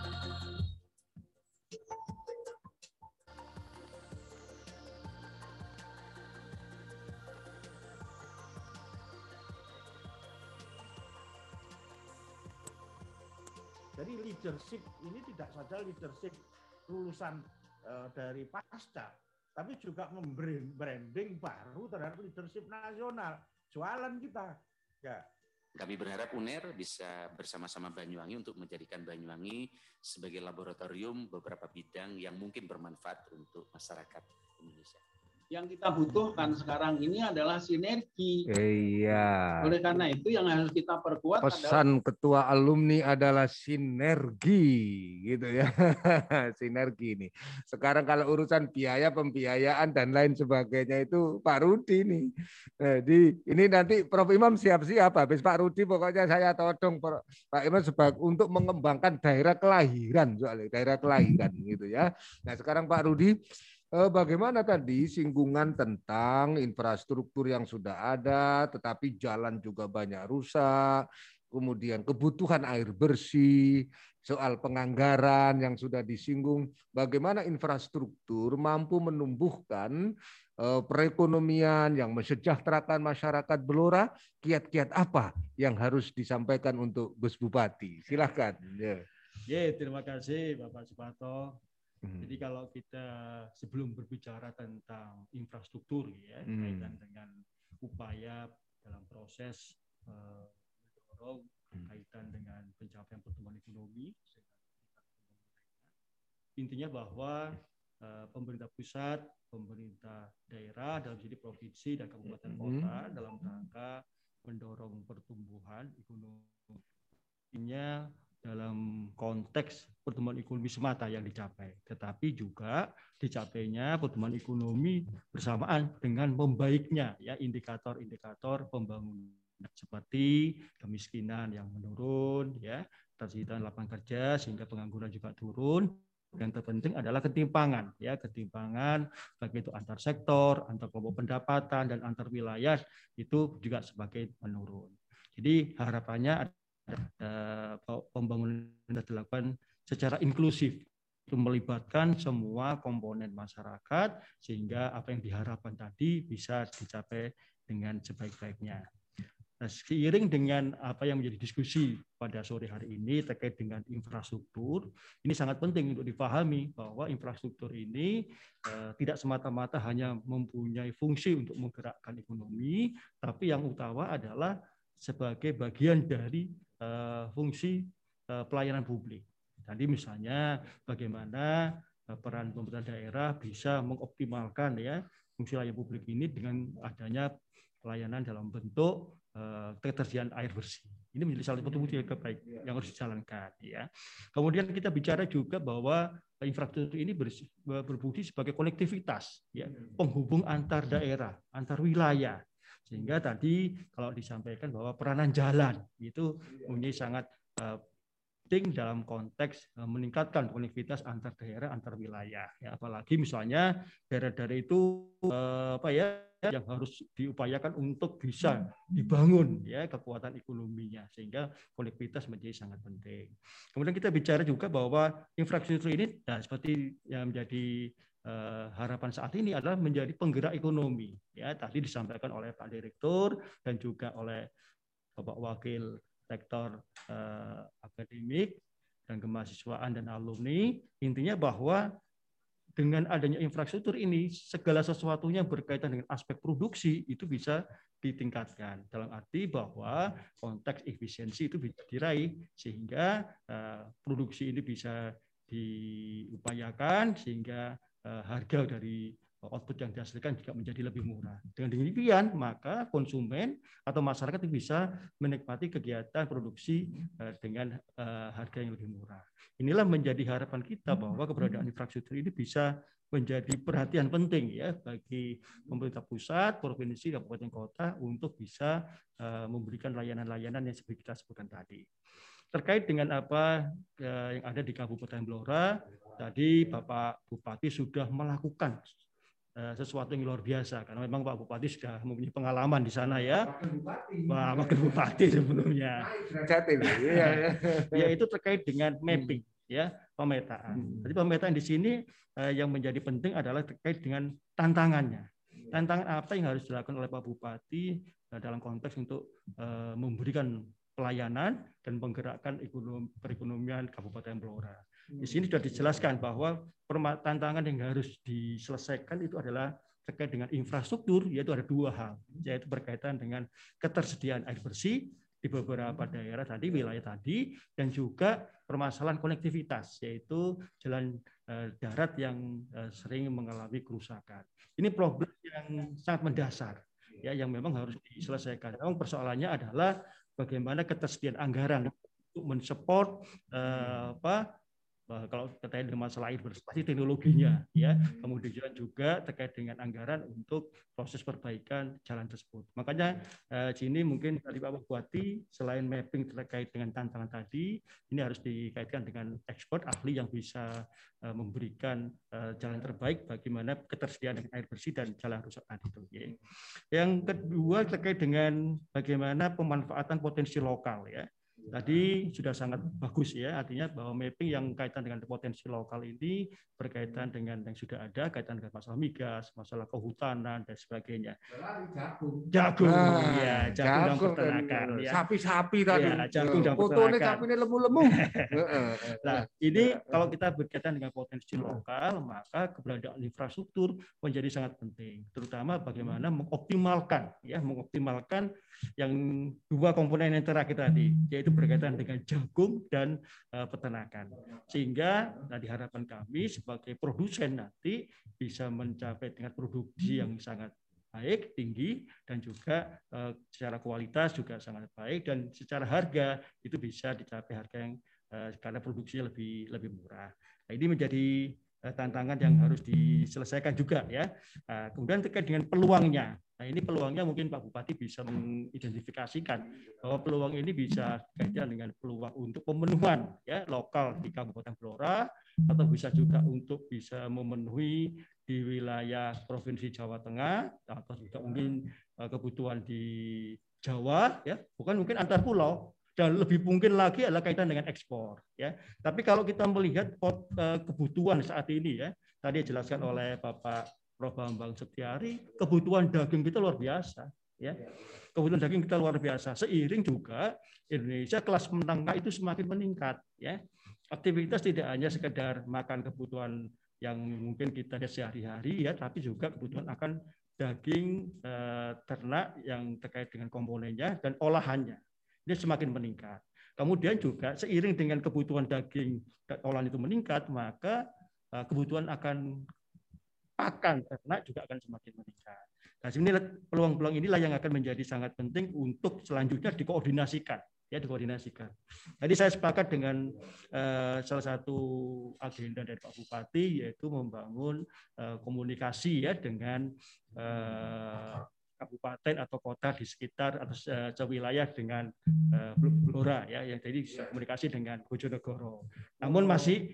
Jadi leadership ini tidak saja leadership lulusan uh, dari pasca, tapi juga membranding baru terhadap leadership nasional. Jualan kita. Ya. Kami berharap UNAIR bisa bersama-sama Banyuwangi untuk menjadikan Banyuwangi sebagai laboratorium beberapa bidang yang mungkin bermanfaat untuk masyarakat Indonesia. Yang kita butuhkan sekarang ini adalah sinergi. Iya. Oleh karena itu yang harus kita perkuat pesan adalah ketua alumni adalah sinergi, gitu ya. Sinergi ini. Sekarang kalau urusan biaya, pembiayaan dan lain sebagainya itu Pak Rudi nih. Jadi ini nanti Prof Imam siap-siap habis Pak Rudi pokoknya saya todong Pak Imam sebagai untuk mengembangkan daerah kelahiran soalnya daerah kelahiran gitu ya. Nah sekarang Pak Rudi, bagaimana tadi singgungan tentang infrastruktur yang sudah ada, tetapi jalan juga banyak rusak, kemudian kebutuhan air bersih, soal penganggaran yang sudah disinggung, bagaimana infrastruktur mampu menumbuhkan perekonomian yang mensejahterakan masyarakat Blora, kiat-kiat apa yang harus disampaikan untuk Gus Bupati? Silakan. Ya, yeah, terima kasih Bapak Suparto. Hmm. Jadi kalau kita sebelum berbicara tentang infrastruktur ya, hmm. kaitan dengan upaya dalam proses uh, mendorong hmm. kaitan dengan pencapaian pertumbuhan ekonomi, intinya bahwa uh, pemerintah pusat, pemerintah daerah dalam segi provinsi dan kabupaten kota hmm. dalam rangka mendorong pertumbuhan ekonominya dalam konteks pertumbuhan ekonomi semata yang dicapai, tetapi juga dicapainya pertumbuhan ekonomi bersamaan dengan membaiknya ya indikator-indikator pembangunan seperti kemiskinan yang menurun, ya terciptaan lapangan kerja sehingga pengangguran juga turun. Yang terpenting adalah ketimpangan, ya ketimpangan baik itu antar sektor, antar kelompok pendapatan dan antar wilayah itu juga sebagai menurun. Jadi harapannya ada pembangunan yang dilakukan secara inklusif, itu melibatkan semua komponen masyarakat sehingga apa yang diharapkan tadi bisa dicapai dengan sebaik-baiknya. Nah, seiring dengan apa yang menjadi diskusi pada sore hari ini terkait dengan infrastruktur, ini sangat penting untuk dipahami bahwa infrastruktur ini eh, tidak semata-mata hanya mempunyai fungsi untuk menggerakkan ekonomi, tapi yang utama adalah sebagai bagian dari eh, fungsi eh, pelayanan publik. Tadi misalnya bagaimana eh, peran pemerintah daerah bisa mengoptimalkan ya fungsi layanan publik ini dengan adanya pelayanan dalam bentuk ketersediaan air bersih. Ini menjadi salah satu fungsi yang terbaik yang harus dijalankan. Ya. Kemudian kita bicara juga bahwa infrastruktur ini berfungsi sebagai konektivitas, ya, penghubung antar daerah, antar wilayah. Sehingga tadi kalau disampaikan bahwa peranan jalan itu mempunyai sangat penting dalam konteks meningkatkan konektivitas antar daerah, antar wilayah. Ya, apalagi misalnya daerah-daerah itu apa ya yang harus diupayakan untuk bisa dibangun ya kekuatan ekonominya sehingga konektivitas menjadi sangat penting. Kemudian kita bicara juga bahwa infrastruktur ini nah, seperti yang menjadi uh, harapan saat ini adalah menjadi penggerak ekonomi. Ya, tadi disampaikan oleh Pak Direktur dan juga oleh Bapak Wakil Rektor uh, akademik dan kemahasiswaan dan alumni. Intinya bahwa dengan adanya infrastruktur ini, segala sesuatunya berkaitan dengan aspek produksi itu bisa ditingkatkan. Dalam arti bahwa konteks efisiensi itu bisa diraih, sehingga uh, produksi ini bisa diupayakan, sehingga uh, harga dari output yang dihasilkan juga menjadi lebih murah. Dengan demikian, maka konsumen atau masyarakat bisa menikmati kegiatan produksi uh, dengan uh, harga yang lebih murah. Inilah menjadi harapan kita bahwa keberadaan infrastruktur ini bisa menjadi perhatian penting ya bagi pemerintah pusat, provinsi, kabupaten kota untuk bisa uh, memberikan layanan-layanan yang seperti kita sebutkan tadi. Terkait dengan apa uh, yang ada di Kabupaten Blora, tadi Bapak Bupati sudah melakukan uh, sesuatu yang luar biasa karena memang Pak Bupati sudah mempunyai pengalaman di sana ya. Pak Wakil Bupati sebelumnya. Ya itu terkait dengan mapping. Ya, pemetaan. Jadi pemetaan di sini eh, yang menjadi penting adalah terkait dengan tantangannya. Tantangan apa yang harus dilakukan oleh Pak Bupati eh, dalam konteks untuk eh, memberikan pelayanan dan menggerakkan ekonomi, perekonomian Kabupaten Blora. Di sini sudah dijelaskan bahwa tantangan yang harus diselesaikan itu adalah terkait dengan infrastruktur, yaitu ada dua hal, yaitu berkaitan dengan ketersediaan air bersih di beberapa daerah tadi, wilayah tadi, dan juga permasalahan konektivitas, yaitu jalan uh, darat yang uh, sering mengalami kerusakan. Ini problem yang sangat mendasar, ya, yang memang harus diselesaikan. Memang persoalannya adalah bagaimana ketersediaan anggaran untuk mensupport uh, apa kalau terkait dengan masalah air bersih, pasti teknologinya, ya. Kemudian juga terkait dengan anggaran untuk proses perbaikan jalan tersebut. Makanya eh, sini mungkin dari Pak Bupati selain mapping terkait dengan tantangan tadi, ini harus dikaitkan dengan expert ahli yang bisa eh, memberikan eh, jalan terbaik bagaimana ketersediaan dengan air bersih dan jalan rusak tadi itu. Ya. Yang kedua terkait dengan bagaimana pemanfaatan potensi lokal, ya. tadi sudah sangat bagus ya, artinya bahwa mapping yang kaitan dengan potensi lokal ini berkaitan dengan yang sudah ada, kaitan dengan masalah migas, masalah kehutanan dan sebagainya. Jagung, jagung nah, ya, jagung, dan peternakan ya. Sapi-sapi tadi. Ya, jagung dan fotonya peternakan. sapinya lemu-lemu. Nah, ini kalau kita berkaitan dengan potensi lokal, maka keberadaan infrastruktur menjadi sangat penting, terutama bagaimana mengoptimalkan ya, mengoptimalkan yang dua komponen yang terakhir tadi, yaitu berkaitan dengan jagung dan uh, peternakan. Sehingga nah, diharapkan kami sebagai produsen nanti bisa mencapai tingkat produksi yang sangat baik, tinggi, dan juga uh, secara kualitas juga sangat baik, dan secara harga itu bisa dicapai harga yang uh, karena produksinya lebih lebih murah. Nah, ini menjadi uh, tantangan yang harus diselesaikan juga ya. Uh, kemudian terkait dengan peluangnya. Nah, ini peluangnya mungkin Pak Bupati bisa mengidentifikasikan bahwa peluang ini bisa kaitan dengan peluang untuk pemenuhan ya lokal di Kabupaten Blora, atau bisa juga untuk bisa memenuhi di wilayah Provinsi Jawa Tengah, atau juga mungkin kebutuhan di Jawa ya, bukan mungkin antar pulau, dan lebih mungkin lagi adalah kaitan dengan ekspor ya. Tapi kalau kita melihat kebutuhan saat ini ya, tadi dijelaskan oleh Bapak Prof Bambang Setiari, kebutuhan daging kita luar biasa ya. Kebutuhan daging kita luar biasa. Seiring juga Indonesia kelas menengah itu semakin meningkat ya. Aktivitas tidak hanya sekedar makan kebutuhan yang mungkin kita lihat sehari-hari ya, tapi juga kebutuhan akan daging eh, ternak yang terkait dengan komponennya dan olahannya. Ini semakin meningkat. Kemudian juga seiring dengan kebutuhan daging dan olahan itu meningkat, maka eh, kebutuhan akan pakan ternak juga akan semakin meningkat. Nah, ini peluang-peluang inilah yang akan menjadi sangat penting untuk selanjutnya dikoordinasikan, ya dikoordinasikan. Tadi saya sepakat dengan uh, salah satu agenda dari Pak Bupati, yaitu membangun uh, komunikasi ya dengan uh, kabupaten atau kota di sekitar atau sewilayah dengan uh, Blora ya, yang jadi komunikasi dengan Bojonegoro. Namun masih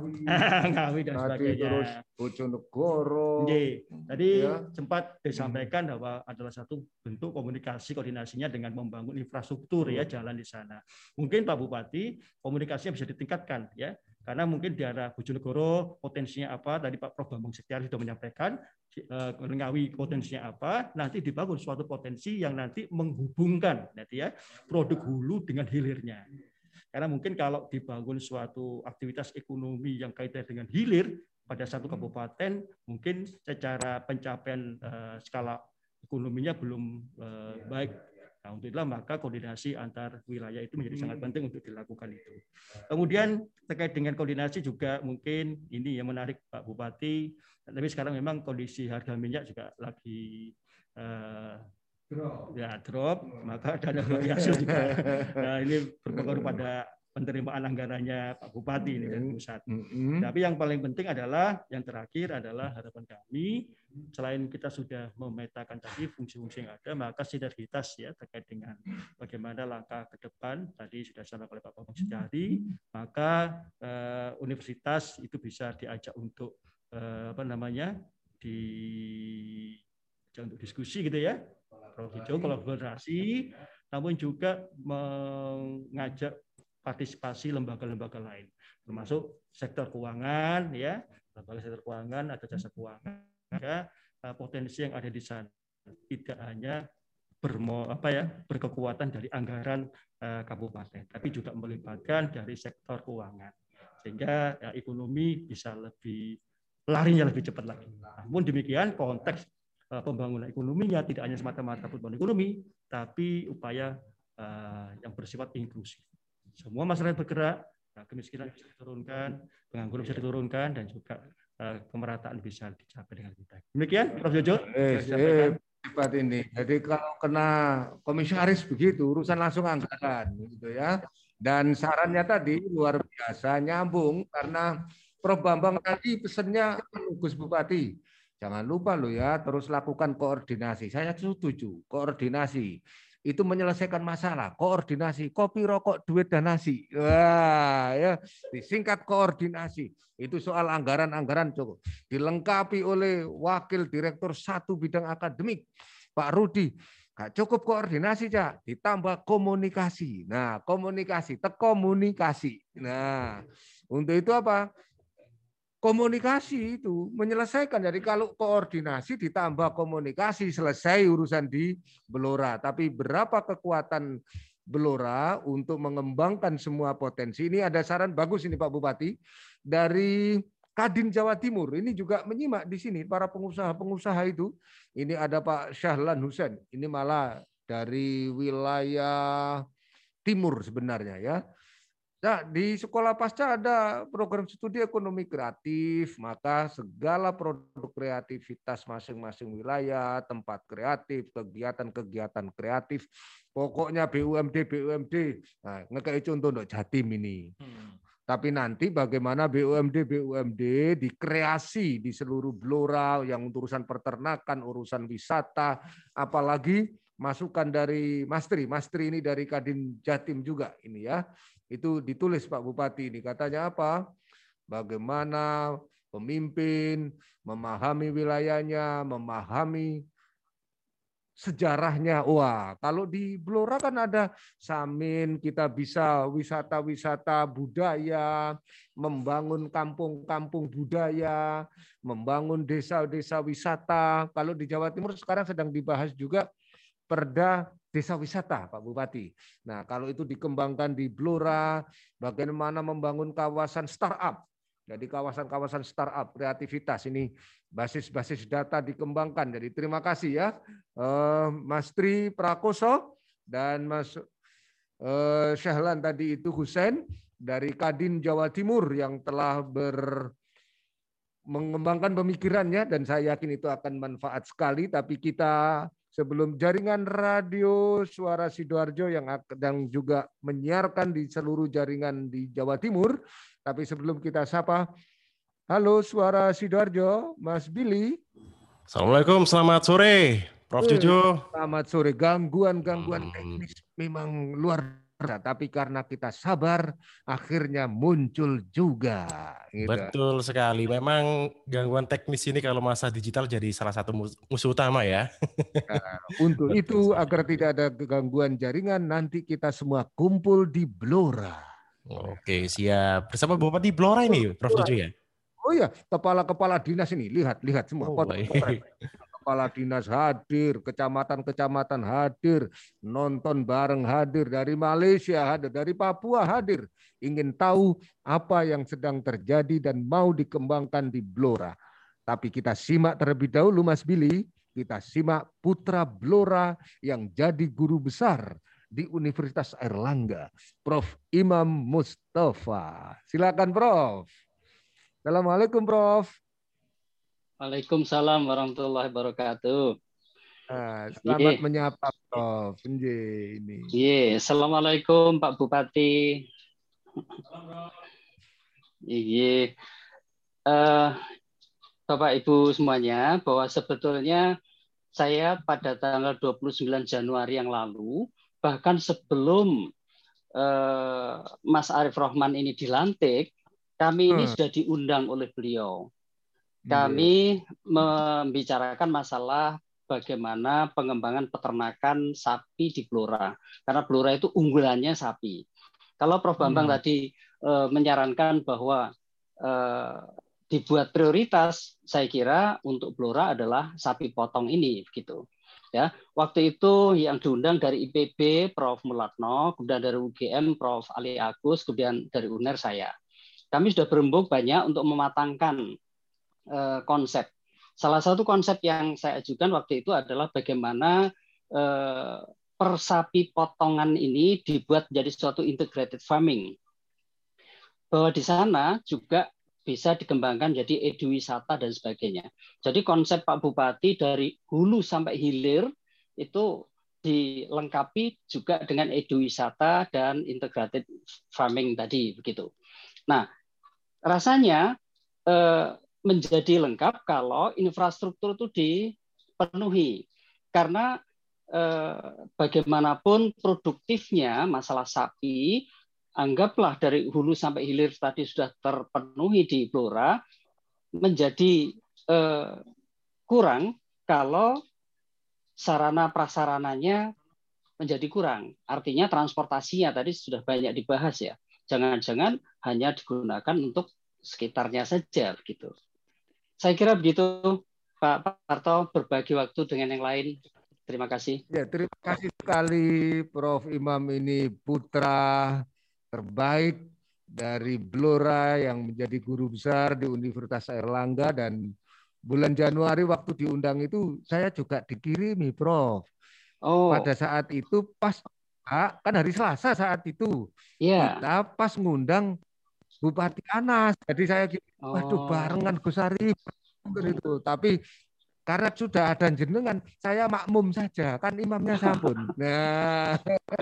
Ngawi dan sebagainya. Terus Bojonegoro. Tadi ya. sempat disampaikan bahwa adalah satu bentuk komunikasi koordinasinya dengan membangun infrastruktur ya, jalan di sana. Mungkin Pak Bupati komunikasinya bisa ditingkatkan ya. Karena mungkin di arah Bojonegoro potensinya apa, tadi Pak Prof Bambang Setiari sudah menyampaikan, Ngawi potensinya apa, nanti dibangun suatu potensi yang nanti menghubungkan nanti ya produk hulu dengan hilirnya. Karena mungkin kalau dibangun suatu aktivitas ekonomi yang kaitan dengan hilir pada satu kabupaten, mungkin secara pencapaian uh, skala ekonominya belum uh, baik. Nah, untuk itulah maka koordinasi antar wilayah itu menjadi sangat penting untuk dilakukan itu. Kemudian terkait dengan koordinasi juga mungkin ini yang menarik Pak Bupati, tapi sekarang memang kondisi harga minyak juga lagi uh, drop. ya drop, maka dana variasi juga. Nah, ini berpengaruh pada penerimaan anggarannya Pak Bupati ini dari pusat. Mm-hmm. Tapi yang paling penting adalah yang terakhir adalah harapan kami, selain kita sudah memetakan tadi fungsi-fungsi yang ada, maka sinergitas ya terkait dengan bagaimana langkah ke depan tadi sudah disampaikan oleh Pak Bambang Setiari, maka eh, universitas itu bisa diajak untuk eh, apa namanya di untuk diskusi gitu ya, kolaborasi, namun juga mengajak partisipasi lembaga-lembaga lain, termasuk sektor keuangan, ya, lembaga sektor keuangan atau jasa keuangan, maka potensi yang ada di sana tidak hanya bermo, apa ya, berkekuatan dari anggaran uh, kabupaten, tapi juga melibatkan dari sektor keuangan, sehingga ya, ekonomi bisa lebih larinya lebih cepat lagi. Namun demikian konteks uh, pembangunan ekonominya tidak hanya semata-mata pembangunan ekonomi, tapi upaya uh, yang bersifat inklusif. Semua masyarakat bergerak, nah, kemiskinan bisa diturunkan, pengangguran bisa diturunkan, dan juga uh, kemerataan bisa dicapai dengan lebih baik. Demikian, Prof Jojo. Eh, eh, hebat ini. Jadi kalau kena komisaris begitu, urusan langsung anggaran, gitu ya. Dan sarannya tadi luar biasa, nyambung karena Prof Bambang tadi pesannya Gus Bupati. Jangan lupa loh ya, terus lakukan koordinasi. Saya setuju, koordinasi. Itu menyelesaikan masalah, koordinasi, kopi, rokok, duit, dan nasi. Wah, ya, disingkat koordinasi. Itu soal anggaran-anggaran cukup. Dilengkapi oleh Wakil Direktur Satu Bidang Akademik, Pak Rudi. Gak cukup koordinasi, Cak, ditambah komunikasi. Nah, komunikasi, tekomunikasi. Nah, untuk itu apa? Komunikasi itu menyelesaikan. Jadi kalau koordinasi ditambah komunikasi, selesai urusan di Blora. Tapi berapa kekuatan Blora untuk mengembangkan semua potensi? Ini ada saran bagus ini Pak Bupati dari Kadin Jawa Timur. Ini juga menyimak di sini para pengusaha-pengusaha itu. Ini ada Pak Syahlan Husain. Ini malah dari wilayah timur sebenarnya ya. Nah, di sekolah pasca ada program studi ekonomi kreatif, maka segala produk kreativitas masing-masing wilayah, tempat kreatif, kegiatan-kegiatan kreatif, pokoknya B U M D, B U M D. Nah, ngekei contoh untuk Jatim ini. Hmm. Tapi nanti bagaimana B U M D B U M D dikreasi di seluruh Blora yang urusan peternakan, urusan wisata, apalagi masukan dari Mastri. Mastri ini dari Kadin Jatim juga ini ya. Itu ditulis Pak Bupati ini. Katanya apa? Bagaimana pemimpin memahami wilayahnya, memahami sejarahnya. Wah, kalau di Blora kan ada Samin, kita bisa wisata-wisata budaya, membangun kampung-kampung budaya, membangun desa-desa wisata. Kalau di Jawa Timur sekarang sedang dibahas juga Perda Desa Wisata, Pak Bupati. Nah, kalau itu dikembangkan di Blora, bagaimana membangun kawasan startup. Jadi kawasan-kawasan startup, kreativitas ini basis-basis data dikembangkan. Jadi terima kasih ya Mas Tri Prakoso dan Mas Syahlan tadi itu Husain dari Kadin Jawa Timur yang telah ber mengembangkan pemikirannya dan saya yakin itu akan manfaat sekali. Tapi kita sebelum jaringan radio Suara Sidoarjo yang sedang juga menyiarkan di seluruh jaringan di Jawa Timur, tapi sebelum kita sapa, halo Suara Sidoarjo, Mas Billy. Assalamualaikum, selamat sore, Prof Jojo. Selamat sore. Gangguan-gangguan hmm. teknis memang luar biasa, tapi karena kita sabar, akhirnya muncul juga. Gitu. Betul sekali. Memang gangguan teknis ini kalau masa digital jadi salah satu musuh utama ya. Nah, untuk itu, agar tidak ada gangguan jaringan, nanti kita semua kumpul di Blora. Oke, siap. Bersama Bupati Blora ini, Prof Jojo ya? Oh iya, kepala-kepala dinas ini, lihat-lihat semua. Oh, Kepala dinas hadir, kecamatan-kecamatan hadir, nonton bareng hadir, dari Malaysia hadir, dari Papua hadir, ingin tahu apa yang sedang terjadi dan mau dikembangkan di Blora. Tapi kita simak terlebih dahulu Mas Billy, kita simak putra Blora yang jadi guru besar di Universitas Airlangga, Prof Imam Mustafa. Silakan Prof. Assalamualaikum Prof. Waalaikumsalam warahmatullahi wabarakatuh. Nah, selamat Ye. menyapa Prof. Ye, ini. Ye. Assalamualaikum Pak Bupati. Ye. Uh, Bapak Ibu semuanya, bahwa sebetulnya saya pada tanggal dua puluh sembilan Januari yang lalu, bahkan sebelum uh, Mas Arief Rahman ini dilantik, kami ini hmm. sudah diundang oleh beliau. Kami membicarakan masalah bagaimana pengembangan peternakan sapi di Blora. Karena Blora itu unggulannya sapi. Kalau Prof Bambang hmm. tadi e, menyarankan bahwa e, dibuat prioritas, saya kira untuk Blora adalah sapi potong ini, begitu. Ya, waktu itu yang diundang dari I P B Prof Mulatno, kemudian dari U G M Prof Ali Agus, kemudian dari U N E R saya. Kami sudah berembuk banyak untuk mematangkan konsep. Salah satu konsep yang saya ajukan waktu itu adalah bagaimana eh, persapi potongan ini dibuat menjadi suatu integrated farming. Bahwa di sana juga bisa dikembangkan jadi eduwisata dan sebagainya. Jadi konsep Pak Bupati dari hulu sampai hilir itu dilengkapi juga dengan eduwisata dan integrated farming tadi begitu. Nah, rasanya eh, menjadi lengkap kalau infrastruktur itu dipenuhi. Karena eh, bagaimanapun produktifnya masalah sapi, anggaplah dari hulu sampai hilir tadi sudah terpenuhi di Blora, menjadi eh, kurang kalau sarana prasarananya menjadi kurang. Artinya transportasinya tadi sudah banyak dibahas ya. Jangan-jangan hanya digunakan untuk sekitarnya saja gitu. Saya kira begitu Pak Parto, berbagi waktu dengan yang lain. Terima kasih. Ya, terima kasih sekali Prof Imam, ini putra terbaik dari Blora yang menjadi guru besar di Universitas Airlangga, dan bulan Januari waktu diundang itu saya juga dikirimi Prof. Oh. Pada saat itu pas kan hari Selasa saat itu yeah. kita pas ngundang Bupati Anas, jadi saya gitu, waduh barengan Gus Ari itu, tapi karena sudah ada jenengan, saya makmum saja, kan imamnya sampun. Nah,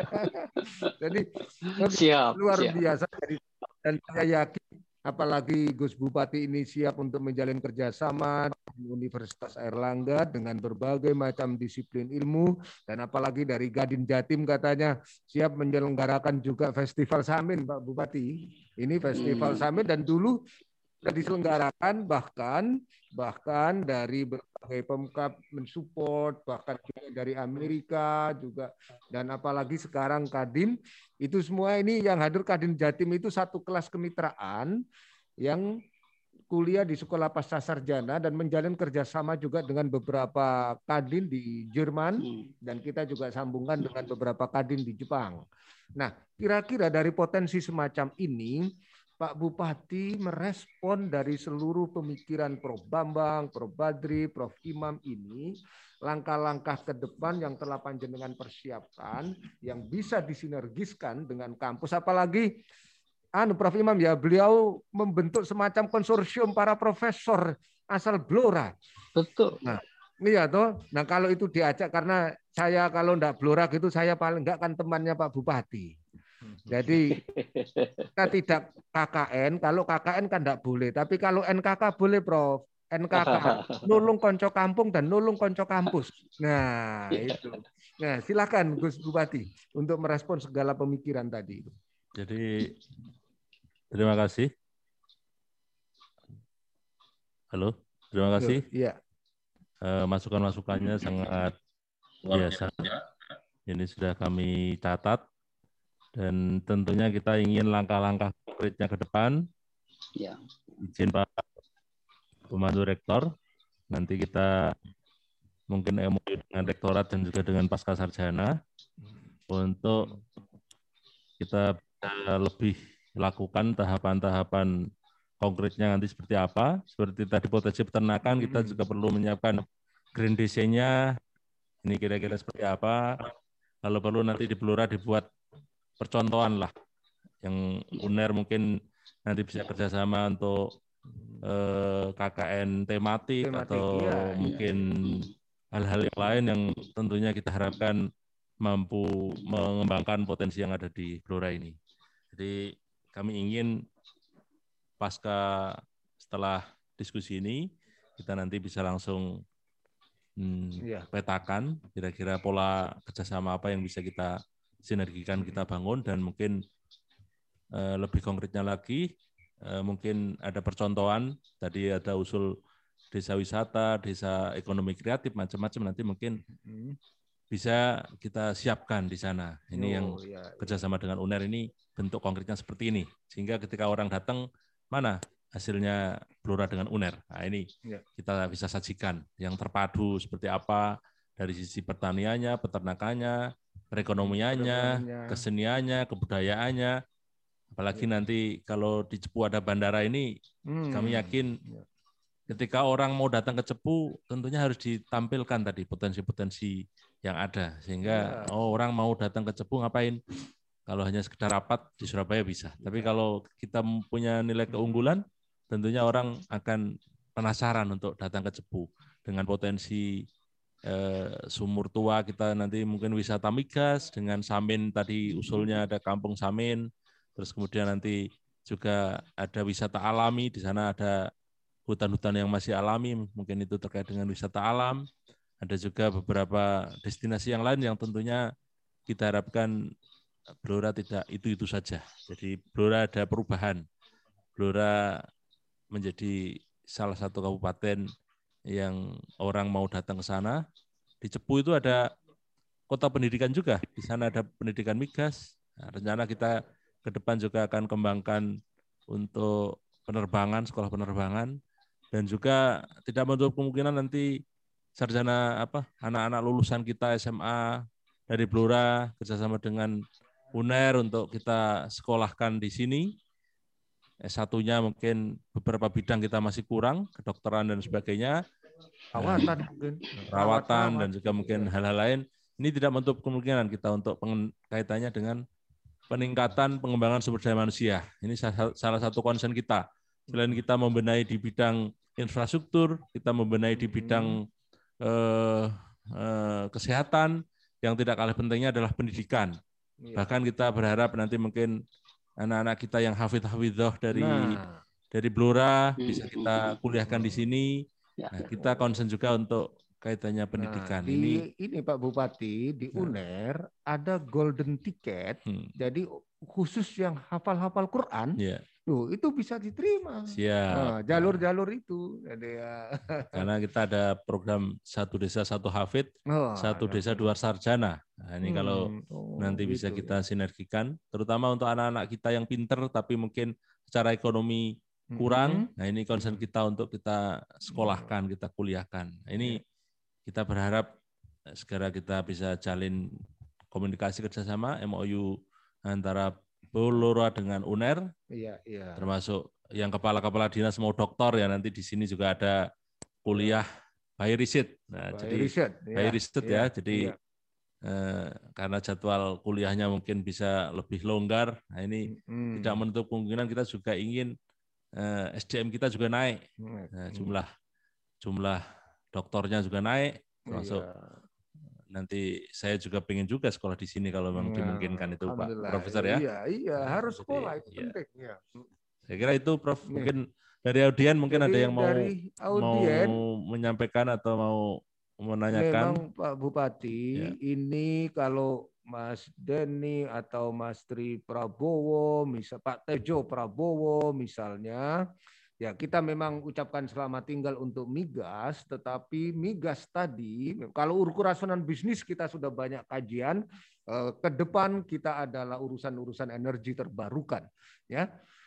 jadi siap, luar siap. biasa. Dan saya yakin, apalagi Gus Bupati ini siap untuk menjalin kerjasama dengan Universitas Airlangga dengan berbagai macam disiplin ilmu, dan apalagi dari Gadin Jatim katanya siap menyelenggarakan juga Festival Samin, Pak Bupati. Ini Festival hmm. Samin, dan dulu sudah diselenggarakan, bahkan bahkan dari berbagai pemkab mensupport, bahkan juga dari Amerika juga, dan apalagi sekarang Kadin, itu semua ini yang hadir Kadin Jatim itu satu kelas kemitraan yang kuliah di Sekolah Pasca Sarjana dan menjalin kerjasama juga dengan beberapa Kadin di Jerman, dan kita juga sambungkan dengan beberapa Kadin di Jepang. Nah, kira-kira dari potensi semacam ini, Pak Bupati merespon dari seluruh pemikiran Prof Bambang, Prof Badri, Prof Imam ini, langkah-langkah ke depan yang telah panjenengan persiapkan, yang bisa disinergiskan dengan kampus, apalagi anu Prof Imam ya, beliau membentuk semacam konsorsium para profesor asal Blora. Betul. Nah, iya toh. Nah, kalau itu diajak, karena saya kalau enggak Blora gitu, saya paling enggak kan temannya Pak Bupati. Jadi kita tidak K K N, kalau K K N kan enggak boleh, tapi kalau N K K boleh Prof. N K K, nulung konco kampung dan nulung konco kampus. Nah, itu. Nah, silakan Gus Bupati untuk merespon segala pemikiran tadi. Jadi terima kasih. Halo, terima kasih. Iya. Masukan-masukannya sangat biasa. Ini sudah kami catat. Dan tentunya kita ingin langkah-langkah konkretnya ke depan. Ya. Izin Pak Pembantu Rektor, nanti kita mungkin M O U dengan Rektorat dan juga dengan Pasca Sarjana untuk kita bisa lebih lakukan tahapan-tahapan konkretnya nanti seperti apa. Seperti tadi potensi peternakan, kita juga perlu menyiapkan grand design-nya, ini kira-kira seperti apa. Kalau perlu nanti di Blora dibuat percontohan lah, yang U N E R mungkin nanti bisa kerjasama untuk eh, K K N tematik, tematik atau iya, mungkin hal-hal iya. yang lain yang tentunya kita harapkan mampu mengembangkan potensi yang ada di Blora ini. Jadi kami ingin pasca setelah diskusi ini kita nanti bisa langsung hmm, iya. petakan kira-kira pola kerjasama apa yang bisa kita sinergikan, kita bangun, dan mungkin uh, lebih konkretnya lagi uh, mungkin ada percontohan, tadi ada usul desa wisata, desa ekonomi kreatif, macam-macam, nanti mungkin bisa kita siapkan di sana. Ini oh, yang ya, kerjasama ya. dengan U N E R ini bentuk konkretnya seperti ini, sehingga ketika orang datang, mana hasilnya Blora dengan U N E R, nah ini ya. kita bisa sajikan yang terpadu seperti apa dari sisi pertaniannya, peternakannya, perekonomiannya, keseniannya, kebudayaannya. Apalagi ya. nanti kalau di Cepu ada bandara ini, hmm. kami yakin ya. ketika orang mau datang ke Cepu, tentunya harus ditampilkan tadi potensi-potensi yang ada. Sehingga ya. oh, orang mau datang ke Cepu ngapain? Kalau hanya sekedar rapat di Surabaya bisa. Ya. Tapi kalau kita punya nilai keunggulan, tentunya orang akan penasaran untuk datang ke Cepu dengan potensi Eh, sumur tua, kita nanti mungkin wisata migas dengan Samin, tadi usulnya ada kampung Samin, terus kemudian nanti juga ada wisata alami, di sana ada hutan-hutan yang masih alami, mungkin itu terkait dengan wisata alam, ada juga beberapa destinasi yang lain yang tentunya kita harapkan Blora tidak itu-itu saja. Jadi Blora ada perubahan, Blora menjadi salah satu kabupaten yang orang mau datang ke sana, di Cepu itu ada kota pendidikan juga. Di sana ada pendidikan migas. Nah, rencana kita ke depan juga akan kembangkan untuk penerbangan, sekolah penerbangan, dan juga tidak menutup kemungkinan nanti sarjana apa anak-anak lulusan kita S M A dari Blora kerjasama dengan U N E R untuk kita sekolahkan di sini. S satunya mungkin beberapa bidang kita masih kurang, kedokteran dan sebagainya. Perawatan mungkin. Perawatan dan juga mungkin hal-hal lain. Ini tidak menutup kemungkinan kita untuk kaitannya dengan peningkatan pengembangan sumber daya manusia. Ini salah satu concern kita. Selain kita membenahi di bidang infrastruktur, kita membenahi di bidang eh, eh, kesehatan, yang tidak kalah pentingnya adalah pendidikan. Bahkan kita berharap nanti mungkin anak-anak kita yang hafidh-hafidhoh dari nah. dari Blora bisa kita kuliahkan di sini. Nah, kita concern juga untuk kaitannya pendidikan. Nah, di, ini ini Pak Bupati di U N E R ada golden ticket. Hmm. Jadi khusus yang hafal-hafal Quran. Yeah. Tuh, itu bisa diterima. Siap. Jalur-jalur nah, itu. Jadi, ya. Karena kita ada program satu desa satu hafid, oh, satu desa dua sarjana. Nah, ini hmm. kalau oh, nanti gitu, bisa kita sinergikan, terutama untuk anak-anak kita yang pinter tapi mungkin secara ekonomi kurang. Hmm. Nah, ini concern kita untuk kita sekolahkan, kita kuliahkan. Nah, ini kita berharap segera kita bisa jalin komunikasi kerjasama M O U antara Blora dengan U N E R, iya, iya. termasuk yang kepala-kepala dinas mau doktor ya, nanti di sini juga ada kuliah by riset. Nah, by jadi riset, by riset ya, ya, jadi iya. eh, karena jadwal kuliahnya mungkin bisa lebih longgar. Nah, ini hmm. tidak menutup kemungkinan kita juga ingin eh, S D M kita juga naik, nah, jumlah jumlah doktornya juga naik, termasuk iya. Nanti saya juga pengen juga sekolah di sini kalau memang ya, dimungkinkan itu Pak Profesor ya. Iya, iya harus sekolah itu ya. Penting. Ya. Saya kira itu Prof. Nih. Mungkin dari audien mungkin Jadi, ada yang mau audien, mau menyampaikan atau mau menanyakan. Memang Pak Bupati, ya. Ini kalau Mas Denny atau Mas Tri Prabowo, misal Pak Tejo Prabowo misalnya, ya kita memang ucapkan selamat tinggal untuk migas, tetapi migas tadi, kalau urusan bisnis kita sudah banyak kajian, ke depan kita adalah urusan-urusan energi terbarukan, ya.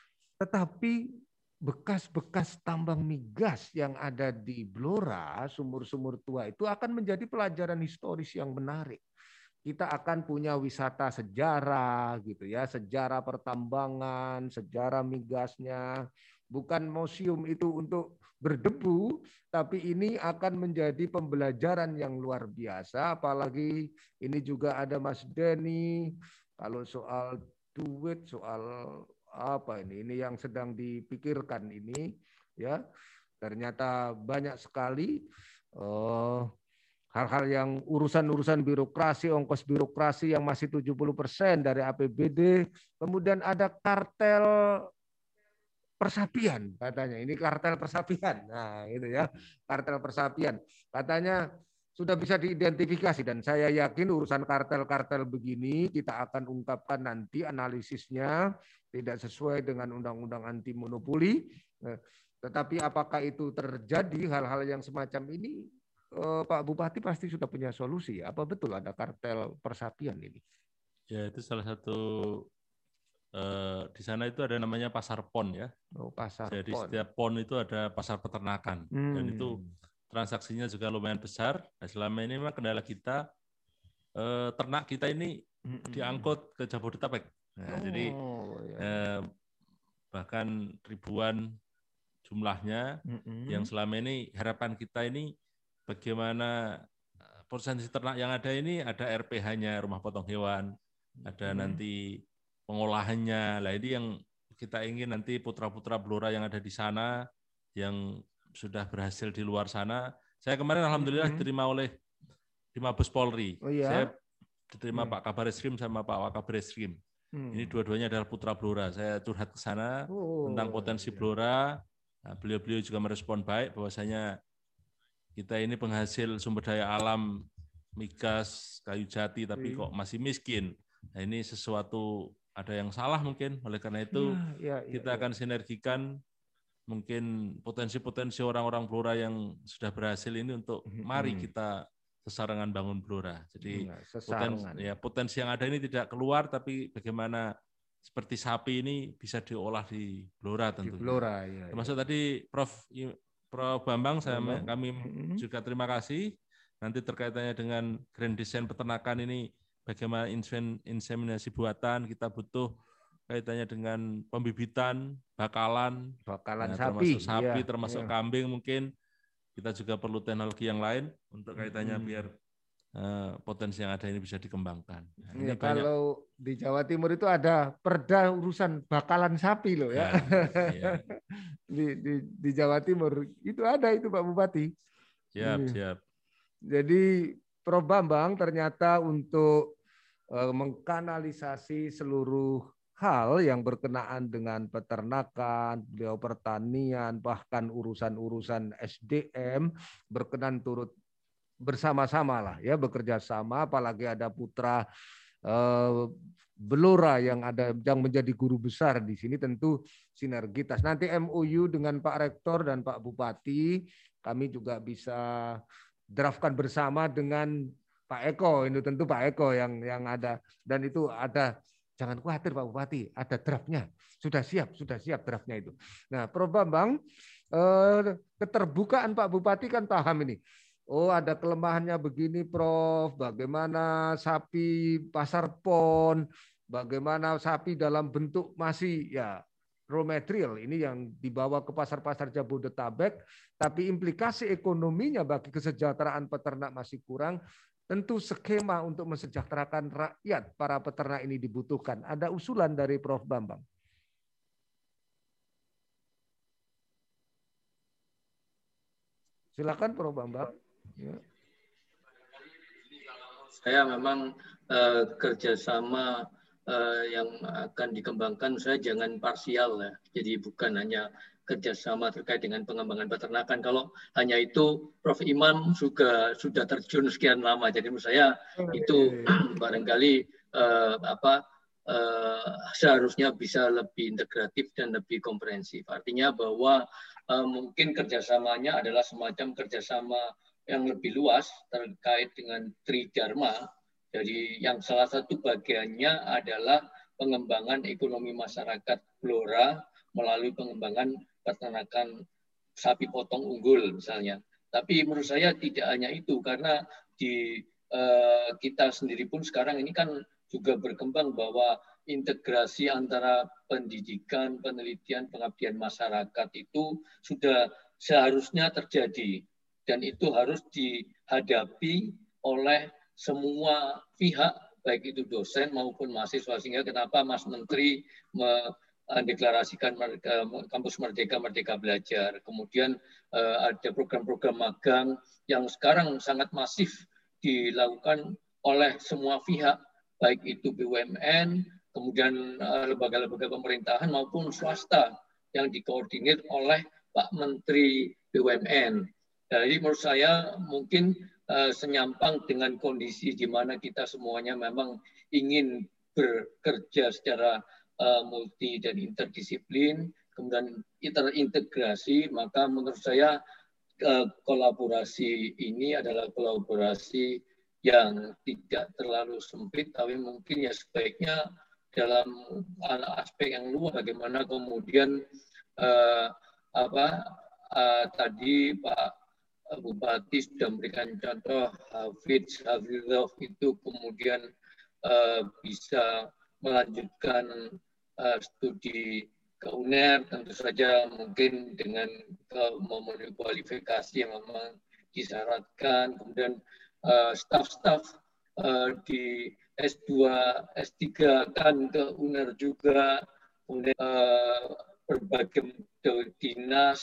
Tetapi bekas-bekas tambang migas yang ada di Blora, sumur-sumur tua itu akan menjadi pelajaran historis yang menarik. Kita akan punya wisata sejarah, gitu ya, sejarah pertambangan, sejarah migasnya. Bukan museum itu untuk berdebu, tapi ini akan menjadi pembelajaran yang luar biasa. Apalagi ini juga ada Mas Denny. Kalau soal duit, soal apa ini? Ini yang sedang dipikirkan ini, ya. Ternyata banyak sekali uh, hal-hal yang urusan-urusan birokrasi, ongkos birokrasi yang masih tujuh puluh persen dari A P B D. Kemudian ada kartel persapian katanya, ini kartel persapian. Nah, itu ya, kartel persapian. Katanya sudah bisa diidentifikasi dan saya yakin urusan kartel-kartel begini kita akan ungkapkan nanti analisisnya tidak sesuai dengan undang-undang anti monopoli. Tetapi apakah itu terjadi hal-hal yang semacam ini? Pak Bupati pasti sudah punya solusi. Apa betul ada kartel persapian ini? Ya, itu salah satu Uh, di sana itu ada namanya pasar pon ya. Oh, pasar Jadi pon. setiap pon itu ada pasar peternakan hmm. dan itu transaksinya juga lumayan besar. Nah, selama ini memang kendala kita uh, ternak kita ini hmm. diangkut ke Jabodetabek. Nah, oh, jadi ya. uh, bahkan ribuan jumlahnya hmm. yang selama ini harapan kita ini bagaimana potensi ternak yang ada ini ada R P H-nya rumah potong hewan, ada hmm. nanti pengolahannya. Lah ini yang kita ingin nanti putra-putra Blora yang ada di sana yang sudah berhasil di luar sana. Saya kemarin alhamdulillah mm-hmm. diterima oleh di Mabes Polri. Oh, iya? Saya diterima hmm. Pak Kabar Eskrim sama Pak Wakabar Eskrim. Hmm. Ini dua-duanya adalah putra Blora. Saya curhat ke sana oh, tentang potensi iya. Blora. Nah, beliau-beliau juga merespon baik bahwasanya kita ini penghasil sumber daya alam migas, kayu jati, tapi iya. kok masih miskin. Nah, ini sesuatu ada yang salah mungkin, oleh karena itu ya, ya, kita ya, akan ya. sinergikan mungkin potensi-potensi orang-orang Blora yang sudah berhasil ini untuk hmm. mari kita sesarengan bangun Blora. Jadi Nah, potensi, sesarengan. ya, potensi yang ada ini tidak keluar, tapi bagaimana seperti sapi ini bisa diolah di Blora Di tentunya. Blora, ya, Termasuk ya. tadi Prof Prof Bambang, saya, Bambang. kami Mm-hmm. juga terima kasih. Nanti terkaitannya dengan grand design peternakan ini, bagaimana inseminasi buatan, kita butuh kaitannya dengan pembibitan, bakalan, bakalan ya, sapi, termasuk sapi, ya, termasuk ya. kambing mungkin. Kita juga perlu teknologi yang lain untuk kaitannya Hmm. biar uh, potensi yang ada ini bisa dikembangkan. Nah, ya, ini banyak. Kalau di Jawa Timur itu ada perda urusan bakalan sapi loh ya. Ya, ya. di, di, di Jawa Timur itu ada itu Pak Bupati. Siap, Ini. siap. Jadi Prof Bambang ternyata untuk uh, mengkanalisasi seluruh hal yang berkenaan dengan peternakan, beliau pertanian, bahkan urusan-urusan S D M berkenan turut bersama-sama lah ya, bekerja sama, apalagi ada putra eh, Blora yang ada yang menjadi guru besar di sini, tentu sinergitas. Nanti M O U dengan Pak Rektor dan Pak Bupati kami juga bisa draftkan bersama dengan Pak Eko, ini tentu Pak Eko yang yang ada, dan itu ada. Jangan khawatir Pak Bupati, ada draftnya. Sudah siap, sudah siap draftnya itu. Nah, Prof Bambang, eh, keterbukaan Pak Bupati kan paham ini. Oh, ada kelemahannya begini Prof, bagaimana sapi pasar pon, bagaimana sapi dalam bentuk masih ya raw material ini yang dibawa ke pasar-pasar Jabodetabek, tapi implikasi ekonominya bagi kesejahteraan peternak masih kurang. Tentu skema untuk mensejahterakan rakyat para peternak ini dibutuhkan. Ada usulan dari Prof Bambang. Silakan Prof Bambang. Ya. Saya memang uh, kerjasama uh, yang akan dikembangkan, saya jangan parsial ya. Jadi bukan hanya kerjasama terkait dengan pengembangan peternakan. Kalau hanya itu, Prof Imam juga sudah terjun sekian lama. Jadi menurut saya itu barangkali uh, apa uh, seharusnya bisa lebih integratif dan lebih komprehensif. Artinya bahwa uh, mungkin kerjasamanya adalah semacam kerjasama yang lebih luas terkait dengan Tridharma. Jadi yang salah satu bagiannya adalah pengembangan ekonomi masyarakat Blora melalui pengembangan peternakan sapi potong unggul misalnya. Tapi menurut saya tidak hanya itu, karena di eh, kita sendiri pun sekarang ini kan juga berkembang bahwa integrasi antara pendidikan, penelitian, pengabdian masyarakat itu sudah seharusnya terjadi. Dan itu harus dihadapi oleh semua pihak, baik itu dosen maupun mahasiswa. Sehingga kenapa Mas Menteri mendeklarasikan kampus Merdeka Merdeka Belajar. Kemudian ada program-program magang yang sekarang sangat masif dilakukan oleh semua pihak, baik itu B U M N, kemudian lembaga-lembaga pemerintahan maupun swasta yang dikoordinir oleh Pak Menteri B U M N. Jadi menurut saya mungkin uh, senyampang dengan kondisi di mana kita semuanya memang ingin bekerja secara uh, multi dan interdisiplin, kemudian terintegrasi, maka menurut saya uh, kolaborasi ini adalah kolaborasi yang tidak terlalu sempit, tapi mungkin ya sebaiknya dalam aspek yang luas, bagaimana kemudian uh, apa uh, tadi Pak Bupati sudah memberikan contoh Hafiz Hafizov itu kemudian uh, bisa melanjutkan uh, studi ke U N E R, tentu saja mungkin dengan uh, memenuhi kualifikasi yang memang disyaratkan, kemudian staf-staf uh, uh, di S dua, S tiga kan ke U N E R juga, kemudian uh, berbagai dinas,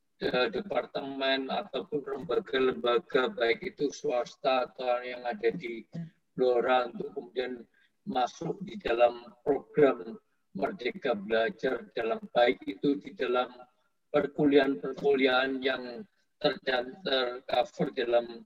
departemen ataupun lembaga-lembaga baik itu swasta atau yang ada di Blora untuk kemudian masuk di dalam program Merdeka Belajar, dalam baik itu di dalam perkuliahan-perkuliahan yang tercover dalam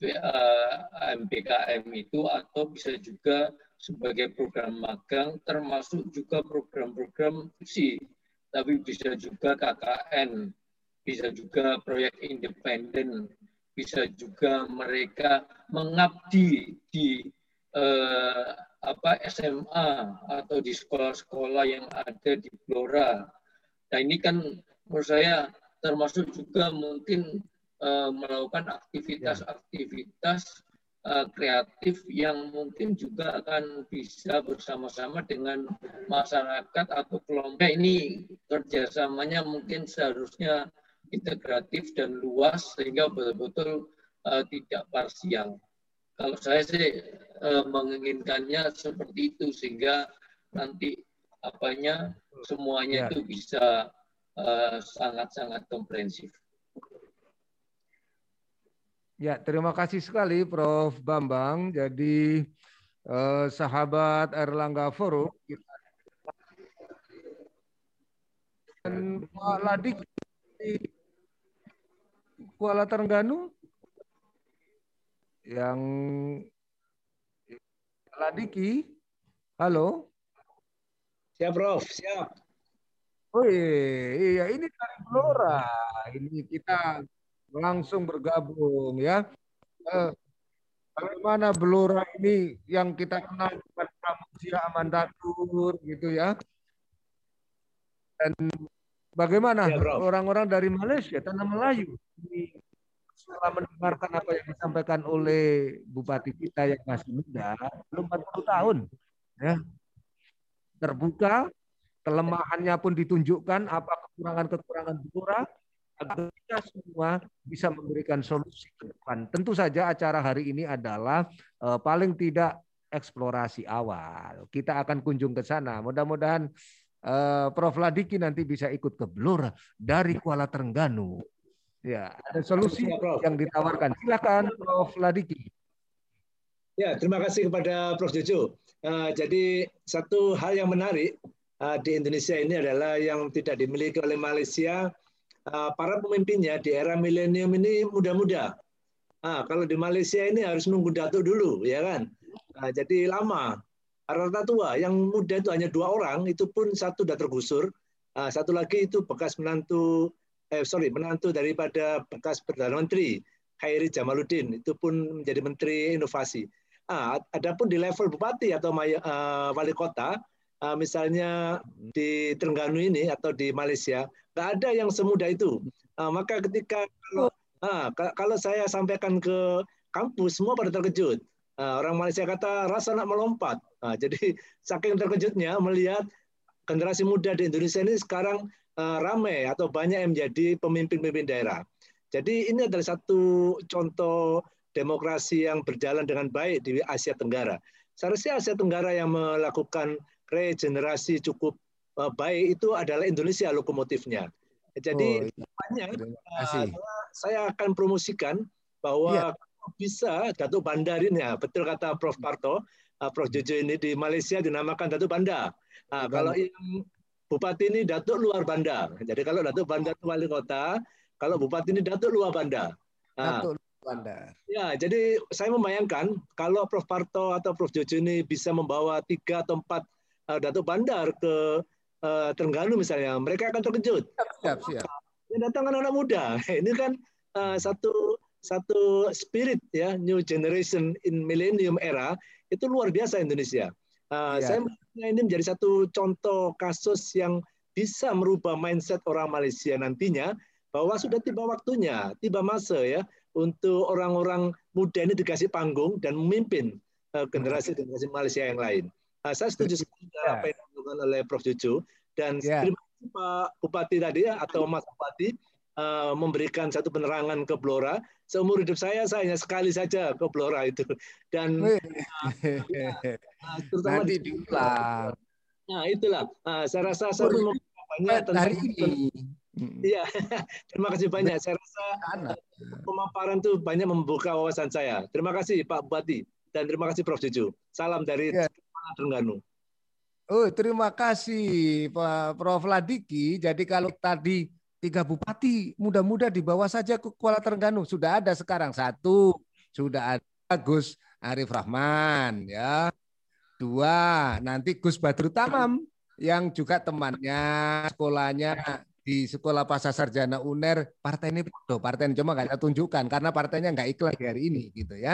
M B K M itu, atau bisa juga sebagai program magang, termasuk juga program-program fungsi, tapi bisa juga K K N, bisa juga proyek independen, bisa juga mereka mengabdi di eh, apa S M A atau di sekolah-sekolah yang ada di Blora. Nah ini kan menurut saya termasuk juga mungkin uh, melakukan aktivitas-aktivitas uh, kreatif yang mungkin juga akan bisa bersama-sama dengan masyarakat atau kelompok. Ini kerjasamanya mungkin seharusnya integratif dan luas sehingga betul-betul uh, tidak parsial. Kalau saya sih uh, menginginkannya seperti itu sehingga nanti apanya semuanya ya. Itu bisa sangat-sangat uh, komprehensif. Ya, terima kasih sekali Profesor Bambang. Jadi eh, sahabat Erlangga Forum dan Pak Ladik di Kuala Terengganu yang Ladiki, halo. Siap, Prof. Siap. Oh iya, ini dari Blora. Ini kita langsung bergabung ya. Eh, bagaimana Blora ini yang kita kenal dengan Pramudia Amandatur gitu ya. Dan bagaimana orang-orang ya, dari Malaysia, tanah Melayu ini setelah mendengarkan apa yang disampaikan oleh Bupati kita yang masih muda, belum empat puluh tahun ya. Terbuka, kelemahannya pun ditunjukkan, apa kekurangan-kekurangan Blora, agar kita semua bisa memberikan solusi ke depan. Tentu saja acara hari ini adalah eh, paling tidak eksplorasi awal. Kita akan kunjung ke sana. Mudah-mudahan eh, Profesor Ladiki nanti bisa ikut ke Blora dari Kuala Terengganu. Ya, ada solusi ya, yang ditawarkan. Silakan Profesor Ladiki. Ya, terima kasih kepada Profesor Jojo. Uh, jadi satu hal yang menarik uh, di Indonesia ini adalah yang tidak dimiliki oleh Malaysia, uh, para pemimpinnya di era milenium ini muda-muda. Uh, kalau di Malaysia ini harus nunggu datuk dulu, ya kan? Uh, jadi lama. Rata tua, yang muda itu hanya dua orang, itu pun satu sudah tergusur, uh, satu lagi itu bekas menantu, eh sorry menantu daripada bekas Perdana Menteri Khairi Jamaluddin, itu pun menjadi Menteri Inovasi. Ah, adapun di level bupati atau uh, wali kota, uh, misalnya di Terengganu ini atau di Malaysia, nggak ada yang semudah itu. Uh, maka ketika kalau, uh, kalau saya sampaikan ke kampus, semua pada terkejut. Uh, orang Malaysia kata rasa nak melompat. Uh, jadi saking terkejutnya melihat generasi muda di Indonesia ini sekarang uh, ramai atau banyak yang menjadi pemimpin-pemimpin daerah. Jadi ini adalah satu contoh demokrasi yang berjalan dengan baik di Asia Tenggara. Seharusnya Asia Tenggara yang melakukan regenerasi cukup uh, baik itu adalah Indonesia lokomotifnya. Jadi oh, iya. uh, saya akan promosikan bahwa iya. bisa Datuk Bandar ini, ya, betul kata Profesor Parto, uh, Profesor Jojo ini di Malaysia dinamakan Datuk Bandar. Nah, kalau yang Bupati ini Datuk Luar Bandar. Jadi kalau Datuk Bandar itu wali kota, kalau Bupati ini Datuk Luar Bandar. Nah, Datuk Bandar. Ya, jadi saya membayangkan kalau Profesor Parto atau Profesor Jojo ini bisa membawa tiga atau empat uh, Datuk Bandar ke uh, Terengganu misalnya, mereka akan terkejut. Siap, siap. Yang datang anak-anak muda. Ini kan uh, satu satu spirit ya, new generation in millennium era itu luar biasa Indonesia. Uh, ya. Saya melihatnya ini menjadi satu contoh kasus yang bisa merubah mindset orang Malaysia nantinya bahwa sudah tiba waktunya, tiba masa ya. Untuk orang-orang muda ini dikasih panggung dan memimpin generasi-generasi uh, Malaysia yang lain. Uh, saya setuju sekali dengan apa yang dilakukan oleh Profesor Jojo dan yeah. terima kasih Pak Bupati tadi ya, atau Mas Bupati uh, memberikan satu penerangan ke Blora. Seumur hidup saya saya hanya sekali saja ke Blora itu dan uh, uh, terutama nanti di diulang. Nah itulah uh, saya rasa saya mau banyak tentang ini. Iya, terima kasih banyak. Saya rasa pemaparan itu banyak membuka wawasan saya. Terima kasih Pak Bupati dan terima kasih Profesor Jojo. Salam dari ya. Terengganu. Oh, terima kasih Pak Profesor Ladiki. Jadi kalau tadi tiga bupati muda-muda dibawa saja ke Kuala Terengganu, sudah ada sekarang satu, sudah ada Gus Arif Rahman, ya. Dua, nanti Gus Badrut Tamam yang juga temannya sekolahnya di di Sekolah Pasca Sarjana U N E R partai ini tuh partai ini cuma nggak saya tunjukkan karena partainya nggak iklan di hari ini gitu ya.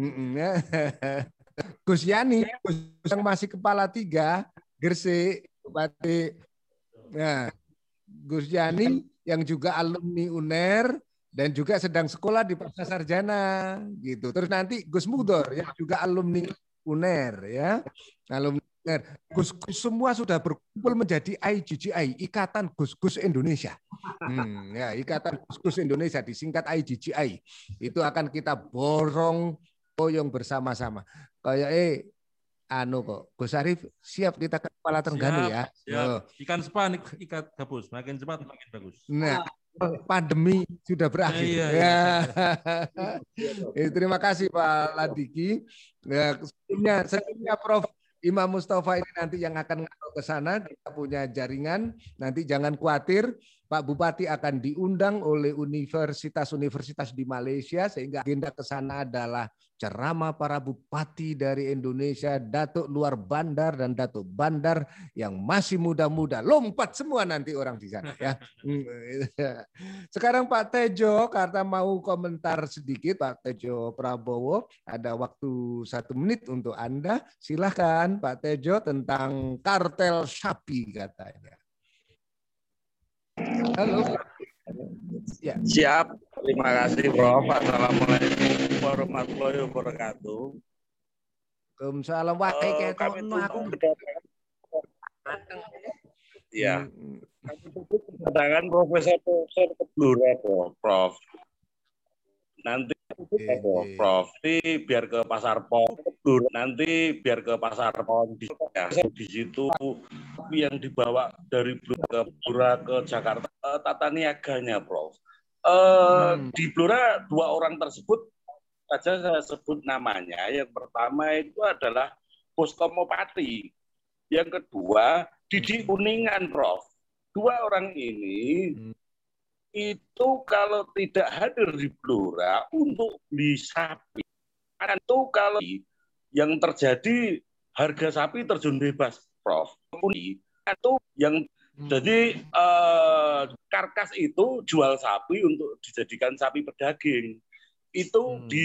Gus Yani, Gus yang masih kepala tiga, Gresik, Bupati. Nah, Gus Yani yang juga alumni U N E R dan juga sedang sekolah di Pasca Sarjana gitu. Terus nanti Gus Mudor yang juga alumni U N E R ya, alumni Gus-gus semua sudah berkumpul menjadi I G G I, Ikatan Gus-gus Indonesia. Hmm, ya, Ikatan Gus-gus Indonesia disingkat I G G I. Itu akan kita borong boyong bersama-sama. Kayak eh anu kok, Gus Arief siap kita ke Kepala Trengganu ya. Siap. Oh. Ikan sepan ikat gabus, makin cepat makin bagus. Nah, pandemi sudah berakhir. Iya, iya. Ya. Terima kasih Pak Ladiki. Ya, sebelumnya, sebelumnya Prof Imam Mustafa ini nanti yang akan ngatur ke sana, kita punya jaringan. Nanti jangan khawatir, Pak Bupati akan diundang oleh universitas-universitas di Malaysia sehingga agenda ke sana adalah ceramah para bupati dari Indonesia, Datuk Luar Bandar dan Datuk Bandar yang masih muda-muda, lompat semua nanti orang di sana ya. Sekarang Pak Tejo karena mau komentar sedikit, Pak Tejo Prabowo, ada waktu satu menit untuk Anda. Silahkan Pak Tejo tentang kartel sapi katanya. Halo. Ya. Siap. Terima kasih, Prof. Assalamualaikum warahmatullahi wabarakatuh. Waalaikumsalam. Wah, kayak aku. Ya. Kedatangan Profesor Profesor Blura, Prof. Nanti Prof. Ini biar ke Pasar Pon. Nanti biar ke Pasar Pon di, ya, di situ yang dibawa dari Blora ke Blora ke Jakarta tata niaganya, Prof. Uh, hmm. Di Blora dua orang tersebut saja saya sebut namanya. Yang pertama itu adalah Pustomopati. Yang kedua Didi Kuningan, Prof. Dua orang ini hmm. itu kalau tidak hadir di Blora untuk beli sapi, itu kalau yang terjadi harga sapi terjun bebas, Prof. Itu yang hmm. jadi eh, karkas itu jual sapi untuk dijadikan sapi pedaging itu hmm. di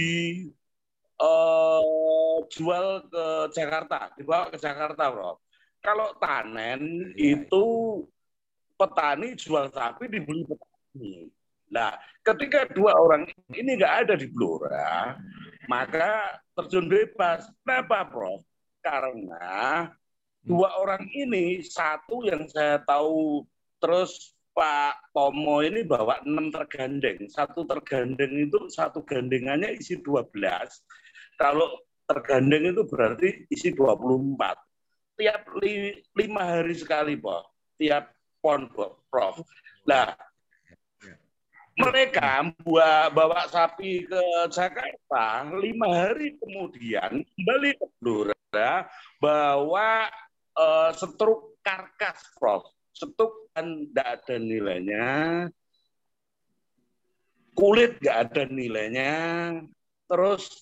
eh, jual ke Jakarta, dibawa ke Jakarta, Prof. Kalau tanen ya, itu petani jual sapi dibeli petani. Nah, ketika dua orang ini nggak ada di Blora, maka terjun bebas. Kenapa, Prof? Karena dua orang ini, satu yang saya tahu, terus Pak Tomo ini bawa enam tergandeng. Satu tergandeng itu, satu gandengannya isi dua belas. Kalau tergandeng itu berarti isi dua puluh empat. Tiap li, lima hari sekali, Prof. Tiap pon, Prof. Nah, mereka bawa, bawa sapi ke Jakarta, lima hari kemudian kembali ke Blora, bawa uh, setruk karkas, Prof. Setruk kan tidak ada nilainya, kulit nggak ada nilainya, terus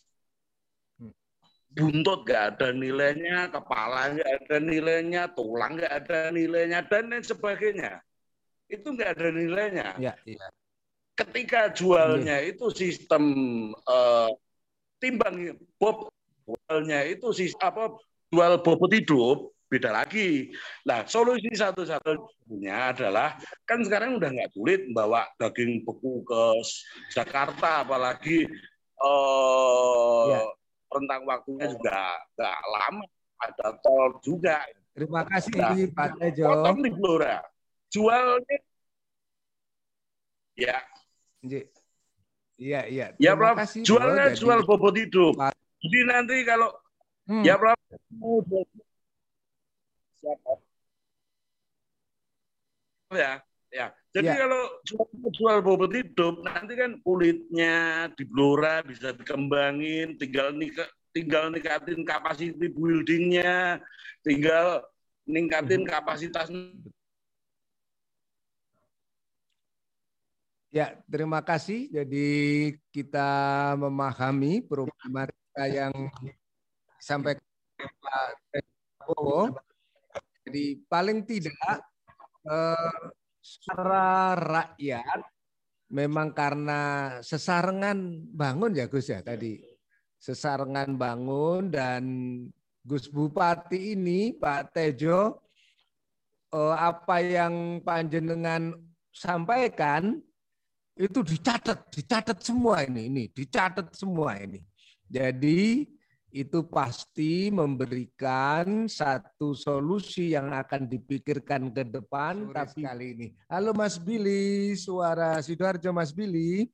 buntut nggak ada nilainya, kepala nggak ada nilainya, tulang nggak ada nilainya, dan lain sebagainya. Itu nggak ada nilainya. Ya, iya. Ketika jualnya yeah. itu sistem uh, timbang bob jualnya itu sistem apa jual bobot hidup beda lagi. Nah, solusi satu-satunya adalah kan sekarang udah nggak sulit bawa daging beku ke Jakarta, apalagi uh, yeah. rentang waktunya juga nggak lama, ada tol juga. Terima kasih nah, Pak Tejo. Potong di Blora, jualnya ya. Iya, iya. Ya, Prof. Jualnya jadi... jual bobot hidup. Jadi nanti kalau hmm. ya, Prof. Siapa? Ya, ya. Jadi ya. Kalau jual, jual bobot hidup, nanti kan kulitnya di Blora bisa dikembangin, tinggal nika, tinggal ningkatin kapasiti buildingnya, tinggal ningkatin hmm. kapasitas. Ya, terima kasih. Jadi kita memahami problematika yang sampai Pak Prabowo. Jadi paling tidak eh, suara rakyat memang karena sesarengan bangun ya Gus ya tadi. Sesarengan bangun dan Gus Bupati ini Pak Tejo apa yang panjenengan sampaikan itu dicatat, dicatat semua ini, ini dicatat semua ini. Jadi itu pasti memberikan satu solusi yang akan dipikirkan ke depan. Sore tapi kali ini. Halo Mas Billy, suara Sidoarjo Mas Billy.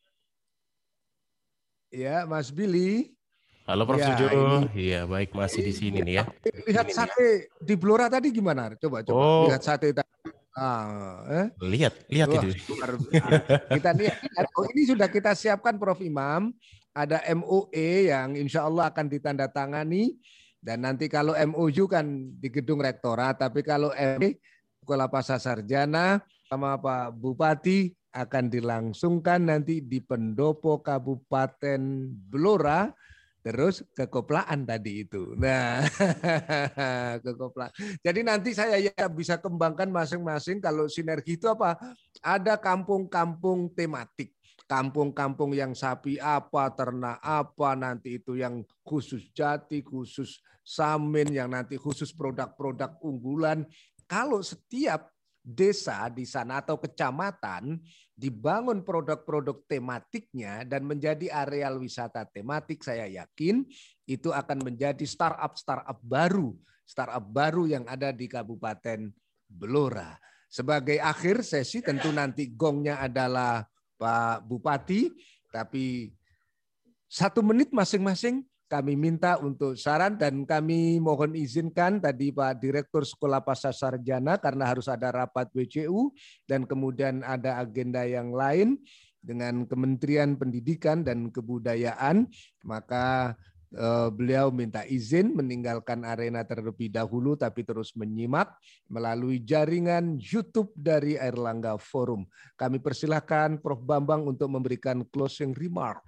Ya, Mas Billy. Halo Prof Ya, Jojo. ini. Iya, baik masih di sini nih ya. Lihat sate di Blora tadi gimana? Coba coba Oh. lihat sate tadi. Ah, eh? Lihat, lihat Wah, itu. luar biasa. Kita nih, oh, ini sudah kita siapkan Prof Imam. Ada M O E yang insya Allah akan ditandatangani. Dan nanti kalau M O U kan di gedung rektorat. Tapi kalau M O E, Sekolah Pasca Sarjana sama Pak Bupati akan dilangsungkan nanti di pendopo Kabupaten Blora. Terus kekoplaan tadi itu. Nah, kekoplaan. Jadi nanti saya ya bisa kembangkan masing-masing kalau sinergi itu apa? Ada kampung-kampung tematik. Kampung-kampung yang sapi apa, ternak apa, nanti itu yang khusus jati, khusus samin, yang nanti khusus produk-produk unggulan. Kalau setiap desa di sana atau kecamatan dibangun produk-produk tematiknya dan menjadi areal wisata tematik, saya yakin itu akan menjadi startup-startup baru, startup baru yang ada di Kabupaten Blora. Sebagai akhir sesi tentu nanti gongnya adalah Pak Bupati, tapi satu menit masing-masing kami minta untuk saran dan kami mohon izinkan tadi Pak Direktur Sekolah Pasca Sarjana karena harus ada rapat W C U dan kemudian ada agenda yang lain dengan Kementerian Pendidikan dan Kebudayaan, maka eh, beliau minta izin meninggalkan arena terlebih dahulu tapi terus menyimak melalui jaringan YouTube dari Airlangga Forum. Kami persilahkan Prof Bambang untuk memberikan closing remark.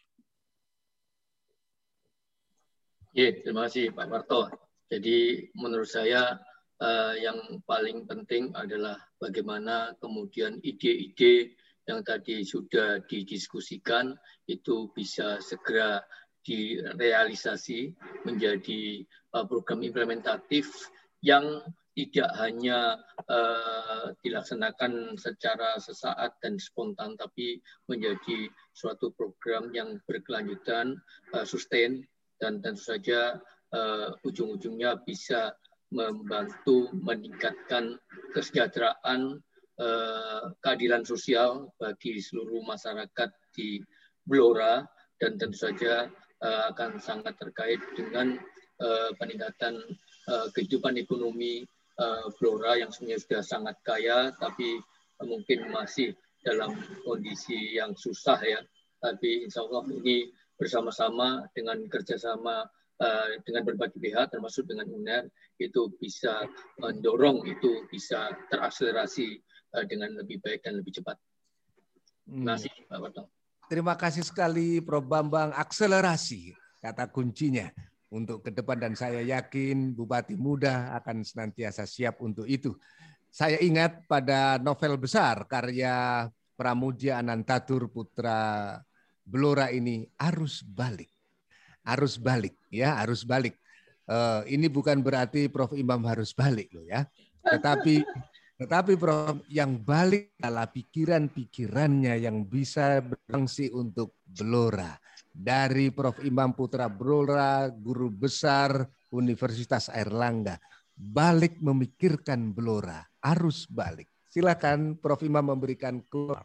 Ya, terima kasih Pak Parto. Jadi menurut saya eh, yang paling penting adalah bagaimana kemudian ide-ide yang tadi sudah didiskusikan itu bisa segera direalisasi menjadi eh, program implementatif yang tidak hanya eh, dilaksanakan secara sesaat dan spontan, tapi menjadi suatu program yang berkelanjutan, eh, sustain, dan tentu saja uh, ujung-ujungnya bisa membantu meningkatkan kesejahteraan, uh, keadilan sosial bagi seluruh masyarakat di Blora dan tentu saja uh, akan sangat terkait dengan uh, peningkatan uh, kehidupan ekonomi uh, Blora yang sebenarnya sudah sangat kaya tapi uh, mungkin masih dalam kondisi yang susah ya. Tapi insya Allah ini bersama-sama dengan kerjasama uh, dengan berbagai pihak termasuk dengan U N E R itu bisa mendorong itu bisa terakselerasi uh, dengan lebih baik dan lebih cepat. Terima kasih Pak Parto. Terima kasih sekali Prof Bambang, akselerasi kata kuncinya untuk ke depan dan saya yakin Bupati muda akan senantiasa siap untuk itu. Saya ingat pada novel besar karya Pramudia Anantatur putra Blora ini arus balik, arus balik ya, arus balik. Uh, ini bukan berarti Prof Imam harus balik loh ya, tetapi tetapi Prof yang balik adalah pikiran-pikirannya yang bisa berfungsi untuk Blora. Dari Prof Imam Putra Blora, guru besar Universitas Airlangga, balik memikirkan Blora, arus balik. Silakan Prof Imam memberikan keluar.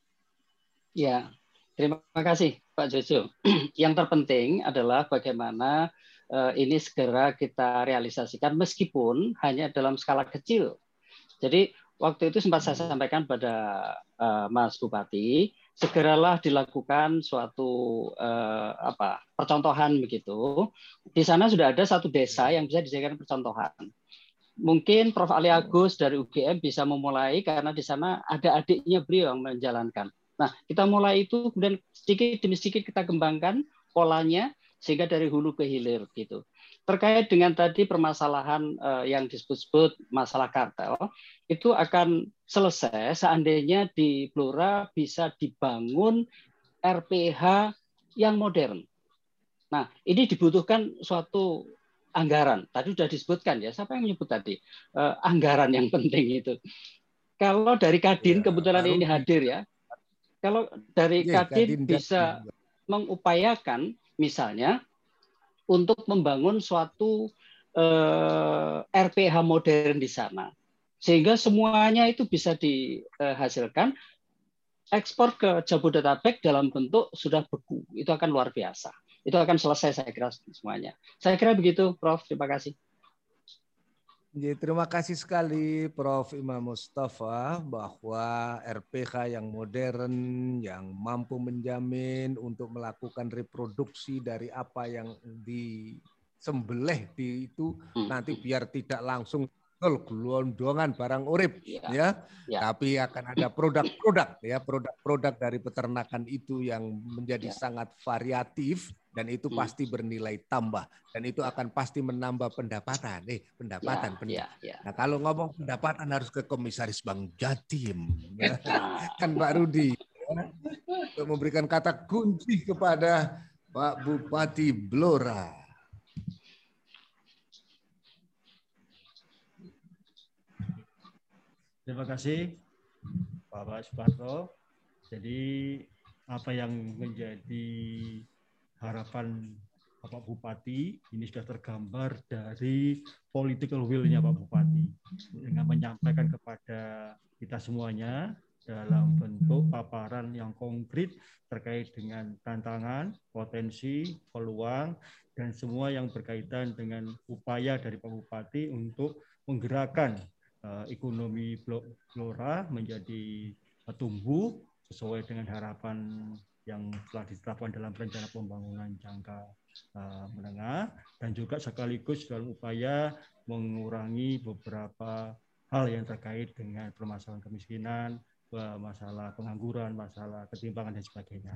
Ya. Terima kasih Pak Jojo. Yang terpenting adalah bagaimana uh, ini segera kita realisasikan meskipun hanya dalam skala kecil. Jadi waktu itu sempat saya sampaikan pada uh, Mas Bupati, segeralah dilakukan suatu uh, apa percontohan begitu. Di sana sudah ada satu desa yang bisa dijadikan percontohan. Mungkin Prof Ali Agus dari U G M bisa memulai karena di sana ada adiknya beliau yang menjalankan. Nah, kita mulai itu kemudian sedikit demi sedikit kita kembangkan polanya sehingga dari hulu ke hilir gitu. terkait dengan tadi permasalahan uh, yang disebut-sebut masalah kartel, itu akan selesai seandainya di Blora bisa dibangun R P H yang modern. Nah, ini dibutuhkan suatu anggaran. Tadi sudah disebutkan ya, siapa yang menyebut tadi? Uh, anggaran yang penting itu. Kalau dari Kadin, ya, kebetulan ini hadir ya, kalau dari ya, Kadin, Kadin bisa Kadin. mengupayakan misalnya untuk membangun suatu uh, R P H modern di sana. Sehingga semuanya itu bisa dihasilkan, ekspor ke Jabodetabek dalam bentuk sudah beku. Itu akan luar biasa. Itu akan selesai saya kira semuanya. Saya kira begitu, Prof. Terima kasih. Ya, terima kasih sekali Prof Imam Mustafa bahwa R P H yang modern, yang mampu menjamin untuk melakukan reproduksi dari apa yang disembelih di itu nanti biar tidak langsung gelondongan barang urip ya, ya. ya. Tapi akan ada produk-produk ya, produk-produk dari peternakan itu yang menjadi ya. sangat variatif dan itu hmm. pasti bernilai tambah dan itu akan pasti menambah pendapatan. Eh, pendapatan, ya, pendapatan. Ya, ya. Nah, kalau ngomong pendapatan harus ke Komisaris Bank Jatim ya. Kan Pak Rudi ya. Untuk memberikan kata kunci kepada Pak Bupati Blora. Terima kasih Bapak Suparto. Jadi apa yang menjadi harapan Bapak Bupati ini sudah tergambar dari political will-nya Pak Bupati dengan menyampaikan kepada kita semuanya dalam bentuk paparan yang konkret terkait dengan tantangan, potensi, peluang, dan semua yang berkaitan dengan upaya dari Pak Bupati untuk menggerakkan Uh, ekonomi Blora menjadi uh, tumbuh sesuai dengan harapan yang telah ditetapkan dalam rencana pembangunan jangka uh, menengah dan juga sekaligus dalam upaya mengurangi beberapa hal yang terkait dengan permasalahan kemiskinan, uh, masalah pengangguran, masalah ketimpangan dan sebagainya.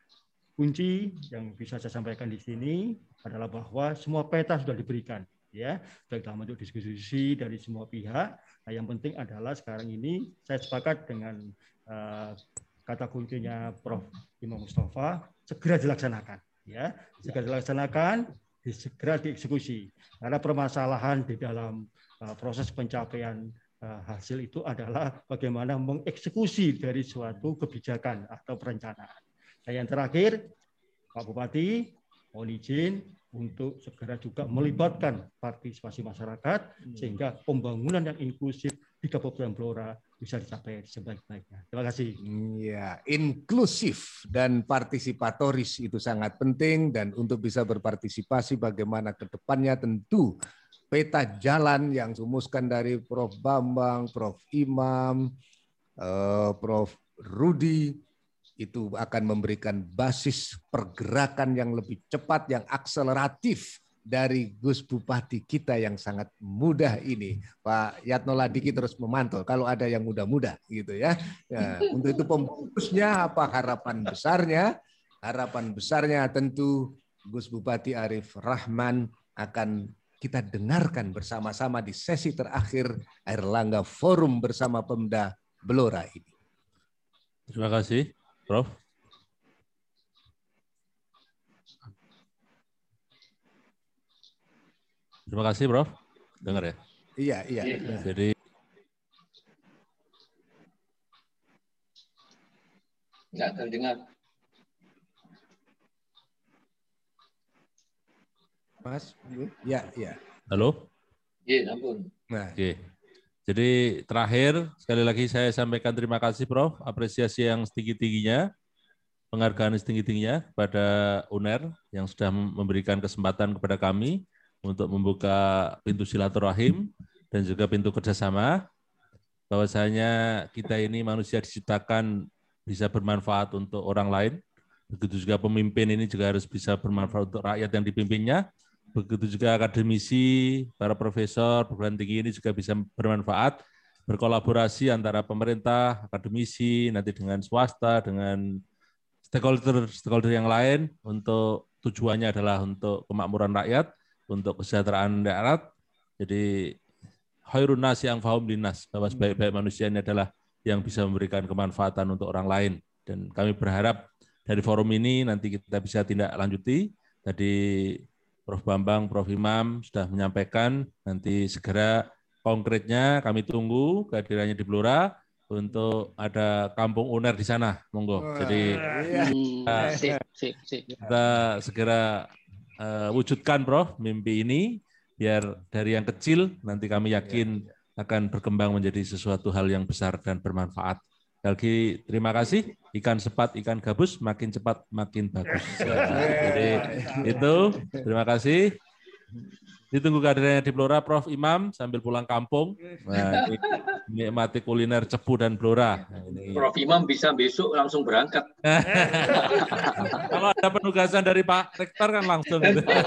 Kunci yang bisa saya sampaikan di sini adalah bahwa semua peta sudah diberikan. Ya, baik dalam bentuk diskusi dari semua pihak. Nah, yang penting adalah sekarang ini saya sepakat dengan uh, kata kuncinya Prof Imam Mustafa, segera dilaksanakan, ya, segera dilaksanakan, segera dieksekusi. Karena permasalahan di dalam uh, proses pencapaian uh, hasil itu adalah bagaimana mengeksekusi dari suatu kebijakan atau perencanaan. Nah, yang terakhir, Pak Bupati, mohon izin untuk segera juga melibatkan partisipasi masyarakat sehingga pembangunan yang inklusif di Kabupaten Blora bisa dicapai sebaik-baiknya. Terima kasih. Ya, inklusif dan partisipatoris itu sangat penting dan untuk bisa berpartisipasi bagaimana ke depannya tentu peta jalan yang dirumuskan dari Prof Bambang, Prof Imam, Prof Rudi itu akan memberikan basis pergerakan yang lebih cepat, yang akseleratif dari Gus Bupati kita yang sangat mudah ini. Pak Yatno Ladiki terus memantau kalau ada yang muda-muda gitu ya. Ya. Untuk itu pembungkusnya apa harapan besarnya? Harapan besarnya tentu Gus Bupati Arif Rahman akan kita dengarkan bersama-sama di sesi terakhir Airlangga Forum bersama Pemda Blora ini. Terima kasih. Prof. Terima kasih, Prof. Dengar ya? Iya, iya. Jadi nggak terdengar. Mas, ya, ya. Halo? Iya, ampun. Nah, oke. Jadi terakhir, sekali lagi saya sampaikan terima kasih Prof, apresiasi yang setinggi-tingginya, penghargaan setinggi-tingginya kepada U N E R yang sudah memberikan kesempatan kepada kami untuk membuka pintu silaturahim dan juga pintu kerjasama, bahwasanya kita ini manusia diciptakan bisa bermanfaat untuk orang lain, begitu juga pemimpin ini juga harus bisa bermanfaat untuk rakyat yang dipimpinnya, begitu juga akademisi, para profesor, perguruan tinggi ini juga bisa bermanfaat, berkolaborasi antara pemerintah, akademisi, nanti dengan swasta, dengan stakeholder stakeholder yang lain untuk tujuannya adalah untuk kemakmuran rakyat untuk kesejahteraan darat. Jadi khairun nasi anfa'uhum linnas, bahwa sebaik-baik manusia ini adalah yang bisa memberikan kemanfaatan untuk orang lain. Dan kami berharap dari forum ini nanti kita bisa tindak lanjuti. Tadi Prof Bambang, Prof Imam sudah menyampaikan, nanti segera konkretnya kami tunggu kehadirannya di Blora untuk ada kampung U N E R di sana. Monggo. Jadi kita, kita segera uh, wujudkan Prof mimpi ini, biar dari yang kecil nanti kami yakin akan berkembang menjadi sesuatu hal yang besar dan bermanfaat. Lagi terima kasih. Ikan sepat, ikan gabus, makin cepat makin bagus. Ya, jadi itu terima kasih. Ditunggu kehadirannya di Blora Prof Imam sambil pulang kampung. Nah, nikmati kuliner cepu dan Blora. Nah, ini. Prof Imam bisa besok langsung berangkat. Kalau ada penugasan dari Pak Rektor kan langsung.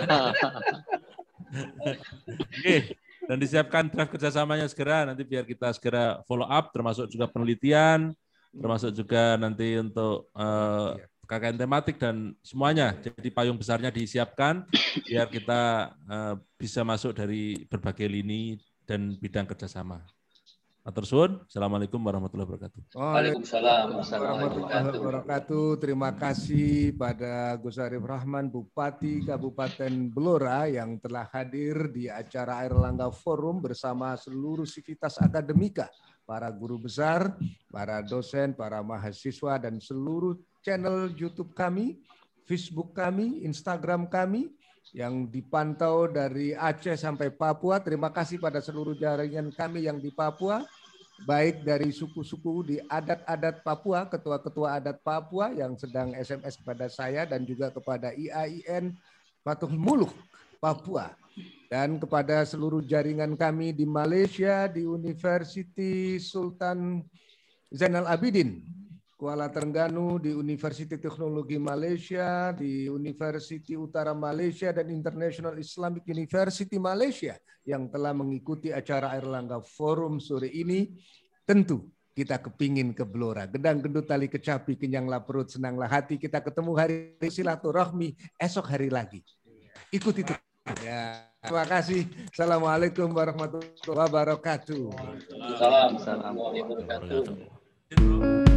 Oke, dan disiapkan draft kerjasamanya segera, nanti biar kita segera follow up, termasuk juga penelitian, termasuk juga nanti untuk uh, K K N tematik dan semuanya. Jadi payung besarnya disiapkan, biar kita uh, bisa masuk dari berbagai lini dan bidang kerjasama. Matur suwun. Assalamualaikum warahmatullahi wabarakatuh. Waalaikumsalam warahmatullahi wabarakatuh. Terima kasih pada Gus Arif Rahman, Bupati Kabupaten Blora yang telah hadir di acara Airlangga Forum bersama seluruh sivitas akademika, para guru besar, para dosen, para mahasiswa, dan seluruh channel YouTube kami, Facebook kami, Instagram kami, yang dipantau dari Aceh sampai Papua. Terima kasih pada seluruh jaringan kami yang di Papua, baik dari suku-suku di adat-adat Papua, ketua-ketua adat Papua yang sedang S M S kepada saya, dan juga kepada I A I N Fathul Muluk Papua, dan kepada seluruh jaringan kami di Malaysia, di University Sultan Zainal Abidin Kuala Terengganu, di Universiti Teknologi Malaysia, di Universiti Utara Malaysia, dan International Islamic University Malaysia yang telah mengikuti acara Airlangga Forum sore ini. Tentu kita kepingin ke Blora. Gedang gendut tali kecapi, kenyanglah perut, senanglah hati. Kita ketemu hari silaturahmi esok hari lagi. Ikuti itu. Ya, terima kasih. Assalamualaikum warahmatullahi wabarakatuh. Salam. Assalamualaikum warahmatullahi wabarakatuh.